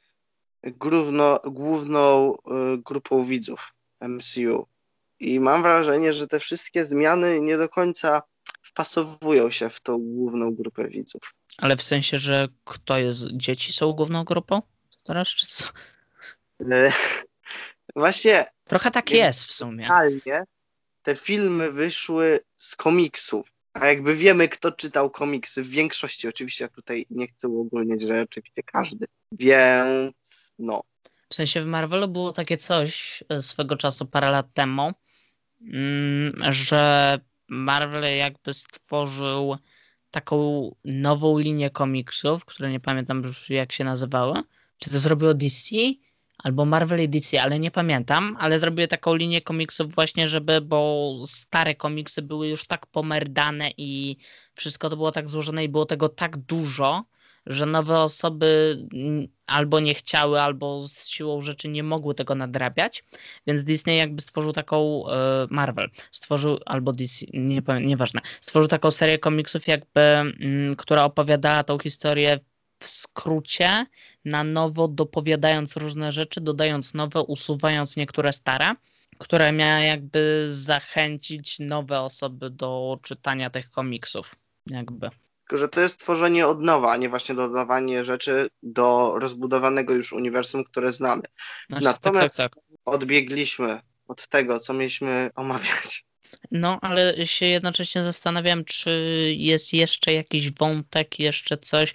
główno, główną yy, grupą widzów M C U. I mam wrażenie, że te wszystkie zmiany nie do końca wpasowują się w tą główną grupę widzów. Ale w sensie, że kto jest? Dzieci są główną grupą? Teraz czy co? Yy, Właśnie Trochę tak jakby jest w sumie. realnie te filmy wyszły z komiksów. A jakby wiemy, kto czytał komiksy, w większości oczywiście, ja tutaj nie chcę uogólniać, że oczywiście każdy. Więc no. W sensie w Marvelu było takie coś e, swego czasu, parę lat temu, mm, że Marvel jakby stworzył taką nową linię komiksów, które nie pamiętam już jak się nazywały. Czy to zrobiło D C? Albo Marvel i D C, ale nie pamiętam, ale zrobiły taką linię komiksów właśnie, żeby, bo stare komiksy były już tak pomerdane i wszystko to było tak złożone i było tego tak dużo, że nowe osoby mm, albo nie chciały, albo z siłą rzeczy nie mogły tego nadrabiać, więc Disney jakby stworzył taką, e, Marvel stworzył, albo D C, nie pamiętam, nieważne, stworzył taką serię komiksów jakby, mm, która opowiadała tą historię w skrócie, na nowo dopowiadając różne rzeczy, dodając nowe, usuwając niektóre stare, które miała jakby zachęcić nowe osoby do czytania tych komiksów. Jakby. Tylko, że to jest tworzenie od nowa, a nie właśnie dodawanie rzeczy do rozbudowanego już uniwersum, które znamy. Znaczy, Natomiast tak, tak, tak. odbiegliśmy od tego, co mieliśmy omawiać. No, ale się jednocześnie zastanawiam, czy jest jeszcze jakiś wątek, jeszcze coś,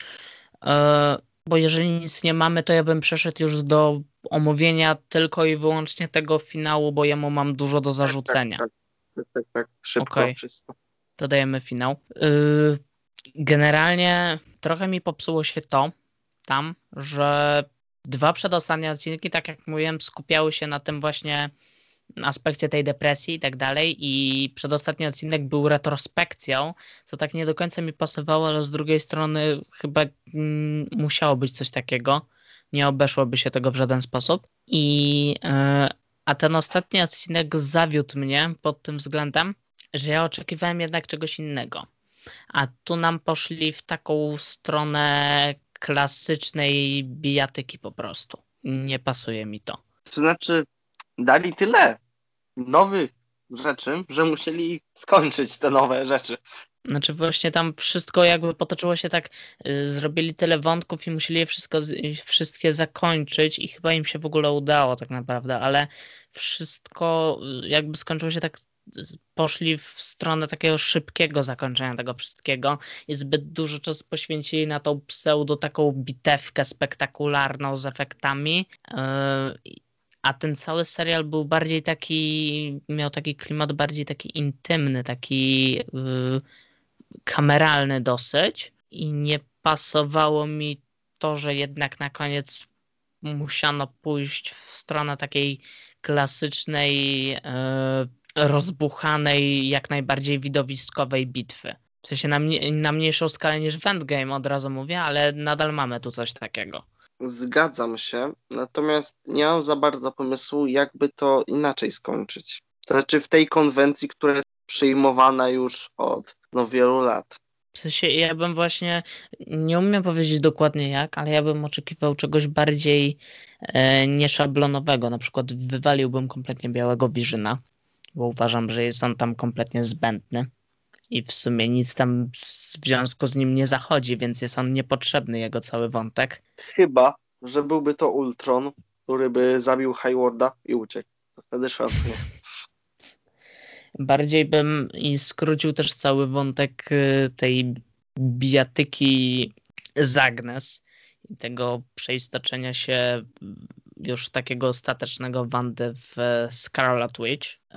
e, bo jeżeli nic nie mamy, to ja bym przeszedł już do omówienia tylko i wyłącznie tego finału, bo jemu mam dużo do zarzucenia. Tak, tak, tak, tak, tak. Szybko Okej. wszystko. Dodajemy finał. Yy, Generalnie trochę mi popsuło się to tam, że dwa przedostatnie odcinki, tak jak mówiłem, skupiały się na tym właśnie aspekcie tej depresji i tak dalej i przedostatni odcinek był retrospekcją, co tak nie do końca mi pasowało, ale z drugiej strony chyba mm, musiało być coś takiego. Nie obeszłoby się tego w żaden sposób. I yy, a ten ostatni odcinek zawiódł mnie pod tym względem, że ja oczekiwałem jednak czegoś innego. A tu nam poszli w taką stronę klasycznej bijatyki po prostu. Nie pasuje mi to. To znaczy, dali tyle nowych rzeczy, że musieli skończyć te nowe rzeczy. Znaczy właśnie tam wszystko jakby potoczyło się tak, y, zrobili tyle wątków i musieli je wszystko, z- wszystkie zakończyć i chyba im się w ogóle udało tak naprawdę, ale wszystko y, jakby skończyło się tak, z- poszli w stronę takiego szybkiego zakończenia tego wszystkiego i zbyt dużo czasu poświęcili na tą pseudo taką bitewkę spektakularną z efektami, y, a ten cały serial był bardziej taki, miał taki klimat bardziej taki intymny, taki y, kameralny dosyć i nie pasowało mi to, że jednak na koniec musiano pójść w stronę takiej klasycznej, e, rozbuchanej, jak najbardziej widowiskowej bitwy. W sensie na, mnie, na mniejszą skalę niż w Endgame, od razu mówię, ale nadal mamy tu coś takiego. Zgadzam się, natomiast nie mam za bardzo pomysłu, jakby to inaczej skończyć. To znaczy w tej konwencji, która jest przyjmowana już od no, wielu lat. W sensie ja bym właśnie, nie umiem powiedzieć dokładnie jak, ale ja bym oczekiwał czegoś bardziej e, nieszablonowego. Na przykład wywaliłbym kompletnie Białego Wirzyna, bo uważam, że jest on tam kompletnie zbędny i w sumie nic tam w związku z nim nie zachodzi, więc jest on niepotrzebny, jego cały wątek. Chyba, że byłby to Ultron, który by zabił Haywarda i uciekł. To wtedy szacunek. Bardziej bym i skrócił też cały wątek y, tej bijatyki z Agnes i tego przeistoczenia się już takiego ostatecznego Wandy w Scarlet Witch y,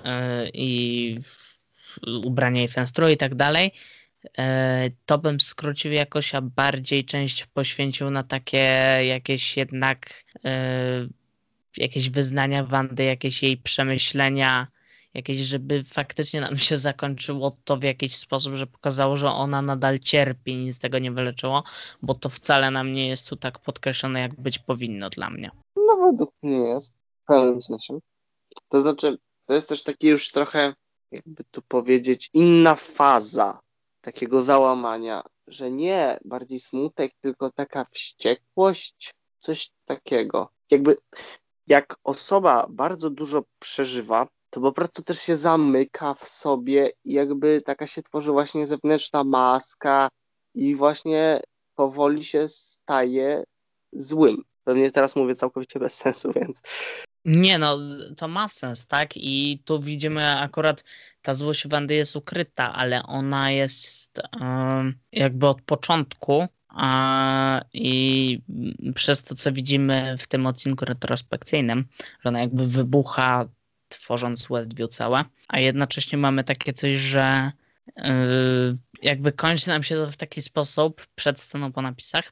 i ubranie jej w ten strój i tak dalej. Y, To bym skrócił jakoś, a bardziej część poświęcił na takie jakieś jednak y, jakieś wyznania Wandy, jakieś jej przemyślenia, jakieś, żeby faktycznie nam się zakończyło to w jakiś sposób, że pokazało, że ona nadal cierpi i nic z tego nie wyleczyło, bo to wcale nam nie jest tu tak podkreślone, jak być powinno dla mnie. No według mnie jest, w pewnym sensie. To znaczy, to jest też taki już trochę, jakby tu powiedzieć, inna faza takiego załamania, że nie bardziej smutek, tylko taka wściekłość, coś takiego. Jakby jak osoba bardzo dużo przeżywa, to po prostu też się zamyka w sobie i jakby taka się tworzy właśnie zewnętrzna maska i właśnie powoli się staje złym. Pewnie teraz mówię całkowicie bez sensu, więc Nie no, to ma sens, tak? I tu widzimy akurat ta złość Wandy jest ukryta, ale ona jest em, jakby od początku a, i przez to, co widzimy w tym odcinku retrospekcyjnym, że ona jakby wybucha, tworząc Westview całe, a jednocześnie mamy takie coś, że y, jakby kończy nam się to w taki sposób przed sceną po napisach,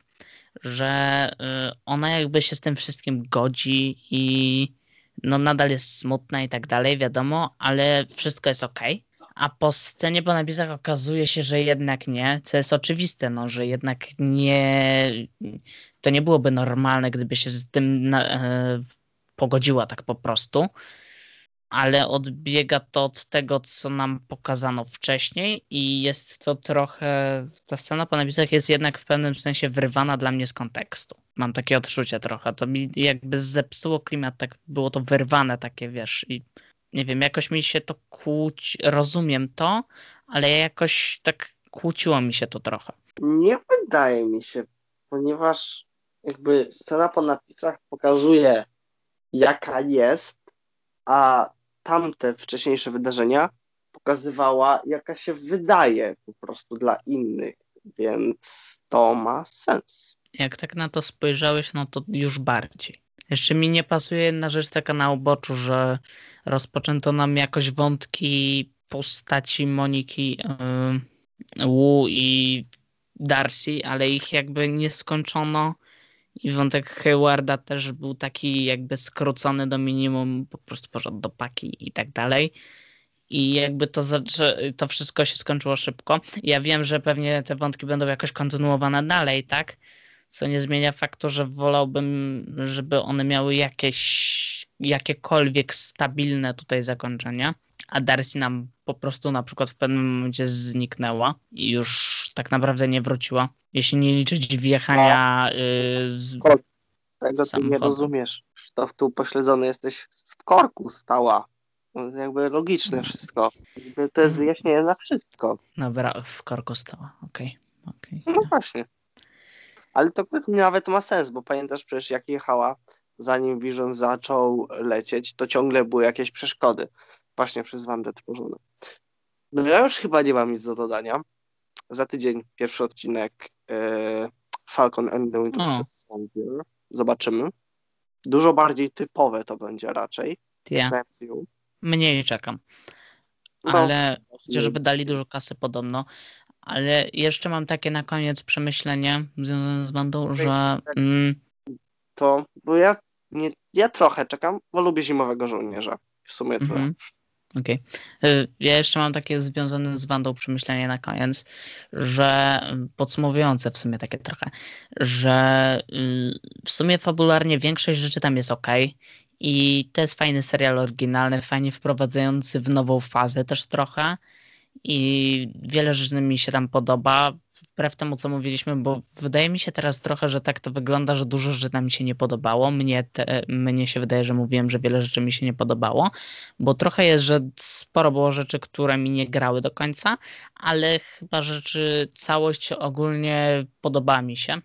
że y, ona jakby się z tym wszystkim godzi i no nadal jest smutna i tak dalej, wiadomo, ale wszystko jest okej. A po scenie po napisach okazuje się, że jednak nie, co jest oczywiste, no, że jednak nie, to nie byłoby normalne, gdyby się z tym na, e, pogodziła tak po prostu, ale odbiega to od tego, co nam pokazano wcześniej i jest to trochę, ta scena po napisach jest jednak w pewnym sensie wyrwana dla mnie z kontekstu. Mam takie odczucie trochę, to mi jakby zepsuło klimat, tak było to wyrwane takie, wiesz, i nie wiem, jakoś mi się to kłóci, rozumiem to, ale jakoś tak kłóciło mi się to trochę. nie wydaje mi się, ponieważ jakby scena po napisach pokazuje, jaka jest, a tamte wcześniejsze wydarzenia pokazywała, jaka się wydaje po prostu dla innych, więc to ma sens. Jak tak na to spojrzałeś, no to już bardziej. Jeszcze mi nie pasuje jedna rzecz taka na uboczu, że rozpoczęto nam jakoś wątki postaci Moniki, yy, Wu i Darcy, ale ich jakby nie skończono i wątek Haywarda też był taki jakby skrócony do minimum, po prostu poszedł do paki i tak dalej. I jakby to, zaczę- to wszystko się skończyło szybko. Ja wiem, że pewnie te wątki będą jakoś kontynuowane dalej, tak? Co nie zmienia faktu, że wolałbym, żeby one miały jakieś, jakiekolwiek stabilne tutaj zakończenia. A Darcy nam po prostu na przykład w pewnym momencie zniknęła i już tak naprawdę nie wróciła. Jeśli nie liczyć wjechania yy, z Tego ty nie samochodu. rozumiesz. To tu pośledzony jesteś w korku stała. To jest jakby logiczne wszystko. Jakby to jest wyjaśnienie na wszystko. Dobra, w korku stała. Okej. okej. No właśnie. Ale to nawet ma sens, bo pamiętasz przecież jak jechała, zanim Vision zaczął lecieć, to ciągle były jakieś przeszkody. Właśnie przez Wandę tworzone. No ja już chyba nie mam nic do dodania. Za tydzień pierwszy odcinek e, Falcon and the Winter O. Soldier. Zobaczymy. Dużo bardziej typowe to będzie raczej. Ja M C U. mniej czekam. No, Ale chociaż wydali dużo kasy podobno. Ale jeszcze mam takie na koniec przemyślenie związane z bandą, że mm, to, bo ja, nie, ja trochę czekam, bo lubię Zimowego Żołnierza. W sumie tyle. mhm, okej. Y, Ja jeszcze mam takie związane z bandą przemyślenie na koniec, że y, podsumowujące w sumie takie trochę, że y, w sumie fabularnie większość rzeczy tam jest ok. I to jest fajny serial oryginalny, fajnie wprowadzający w nową fazę też trochę. i wiele rzeczy mi się tam podoba, wbrew temu, co mówiliśmy, bo wydaje mi się teraz trochę, że tak to wygląda, że dużo rzeczy nam się nie podobało. Mnie, te, mnie się wydaje, że mówiłem, że wiele rzeczy mi się nie podobało, bo trochę jest, że sporo było rzeczy, które mi nie grały do końca, ale chyba rzeczy, całość ogólnie podoba mi się.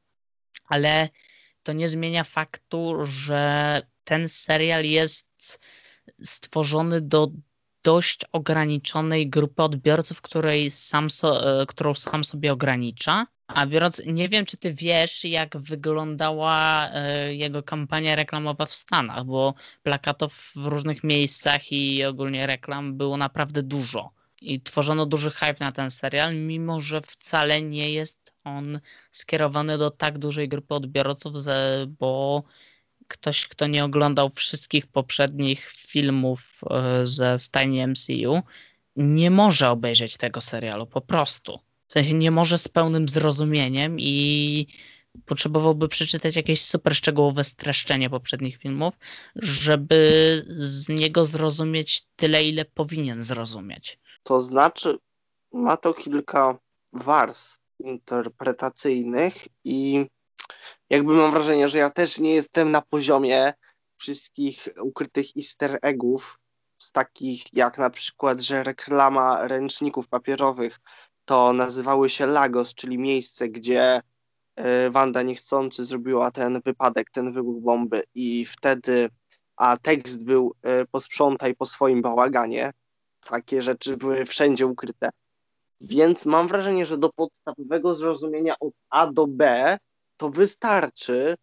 Ale to nie zmienia faktu, że ten serial jest stworzony do dość ograniczonej grupy odbiorców, której sam so, którą sam sobie ogranicza. A biorąc, nie wiem, czy ty wiesz, jak wyglądała jego kampania reklamowa w Stanach, bo plakatów w różnych miejscach i ogólnie reklam było naprawdę dużo. I tworzono duży hype na ten serial, mimo że wcale nie jest on skierowany do tak dużej grupy odbiorców, bo ktoś, kto nie oglądał wszystkich poprzednich filmów ze stajni M C U, nie może obejrzeć tego serialu, po prostu. W sensie nie może z pełnym zrozumieniem i potrzebowałby przeczytać jakieś super szczegółowe streszczenie poprzednich filmów, żeby z niego zrozumieć tyle, ile powinien zrozumieć. To znaczy, ma to kilka warstw interpretacyjnych i jakby mam wrażenie, że ja też nie jestem na poziomie wszystkich ukrytych easter eggów, z takich jak na przykład, że reklama ręczników papierowych to nazywały się Lagos, czyli miejsce, gdzie Wanda niechcący zrobiła ten wypadek, ten wybuch bomby i wtedy, a tekst był posprzątaj po swoim bałaganie. Takie rzeczy były wszędzie ukryte. Więc mam wrażenie, że do podstawowego zrozumienia od A do B to wystarczy,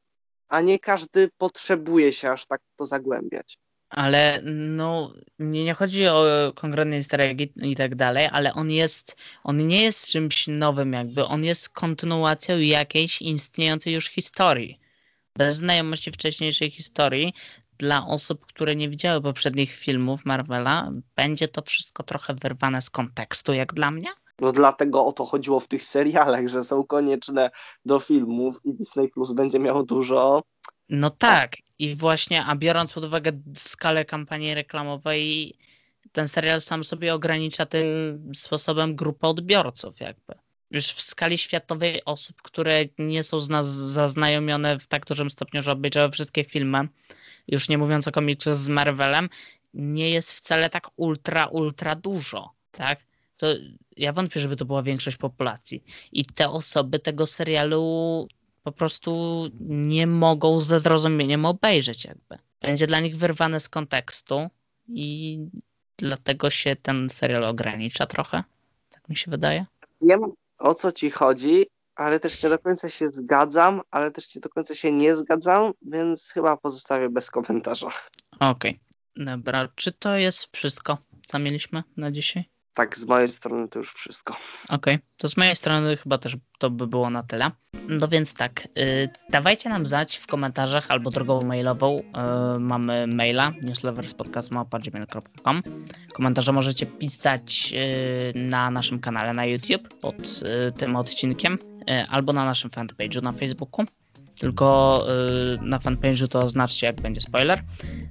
a nie każdy potrzebuje się aż tak to zagłębiać. Ale no, mnie nie chodzi o konkretne easter eggi i tak dalej, ale on jest, on nie jest czymś nowym jakby, on jest kontynuacją jakiejś istniejącej już historii. Bez znajomości wcześniejszej historii, dla osób, które nie widziały poprzednich filmów Marvela, będzie to wszystko trochę wyrwane z kontekstu, jak dla mnie. No dlatego o to chodziło w tych serialach, że są konieczne do filmów i Disney Plus będzie miało dużo. No tak, i właśnie, a biorąc pod uwagę skalę kampanii reklamowej, ten serial sam sobie ogranicza tym sposobem grupę odbiorców jakby. Już w skali światowej osób, które nie są z nas zaznajomione w tak dużym stopniu, że obejrzały wszystkie filmy, już nie mówiąc o komiksach z Marvelem, nie jest wcale tak ultra, ultra dużo, tak? To ja wątpię, żeby to była większość populacji. I te osoby tego serialu po prostu nie mogą ze zrozumieniem obejrzeć jakby. Będzie dla nich wyrwane z kontekstu i dlatego się ten serial ogranicza trochę. Tak mi się wydaje. Wiem, o co ci chodzi, ale też nie do końca się zgadzam, ale też nie do końca się nie zgadzam, więc chyba pozostawię bez komentarza. Okej, okay. Dobra. Czy to jest wszystko, co mieliśmy na dzisiaj? Tak, z mojej strony to już wszystko. Okej, okay. To z mojej strony chyba też to by było na tyle. No więc tak, yy, dawajcie nam znać w komentarzach albo drogą mailową. Yy, mamy maila newsloverspodcast małpa gmail kropka com. Komentarze możecie pisać yy, na naszym kanale na YouTube pod yy, tym odcinkiem yy, albo na naszym fanpage'u na Facebooku. Tylko yy, na fanpage'u to oznaczcie, jak będzie spoiler.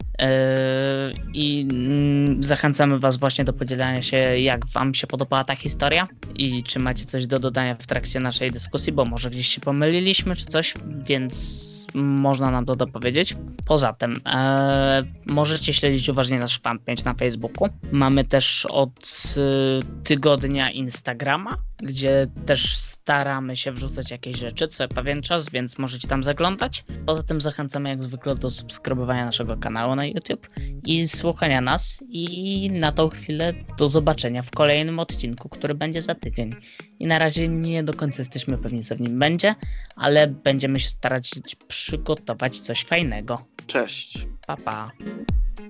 I zachęcamy Was właśnie do podzielania się, jak Wam się podobała ta historia i czy macie coś do dodania w trakcie naszej dyskusji, bo może gdzieś się pomyliliśmy czy coś, więc można nam to dopowiedzieć. Poza tym e, możecie śledzić uważnie nasz fanpage na Facebooku. Mamy też od e, tygodnia Instagrama, gdzie też staramy się wrzucać jakieś rzeczy co pewien czas, więc możecie tam zaglądać. Poza tym zachęcamy jak zwykle do subskrybowania naszego kanału na YouTube i słuchania nas i na tą chwilę do zobaczenia w kolejnym odcinku, który będzie za tydzień. I na razie nie do końca jesteśmy pewni, co w nim będzie, ale będziemy się starać przygotować coś fajnego. Cześć. Pa, pa.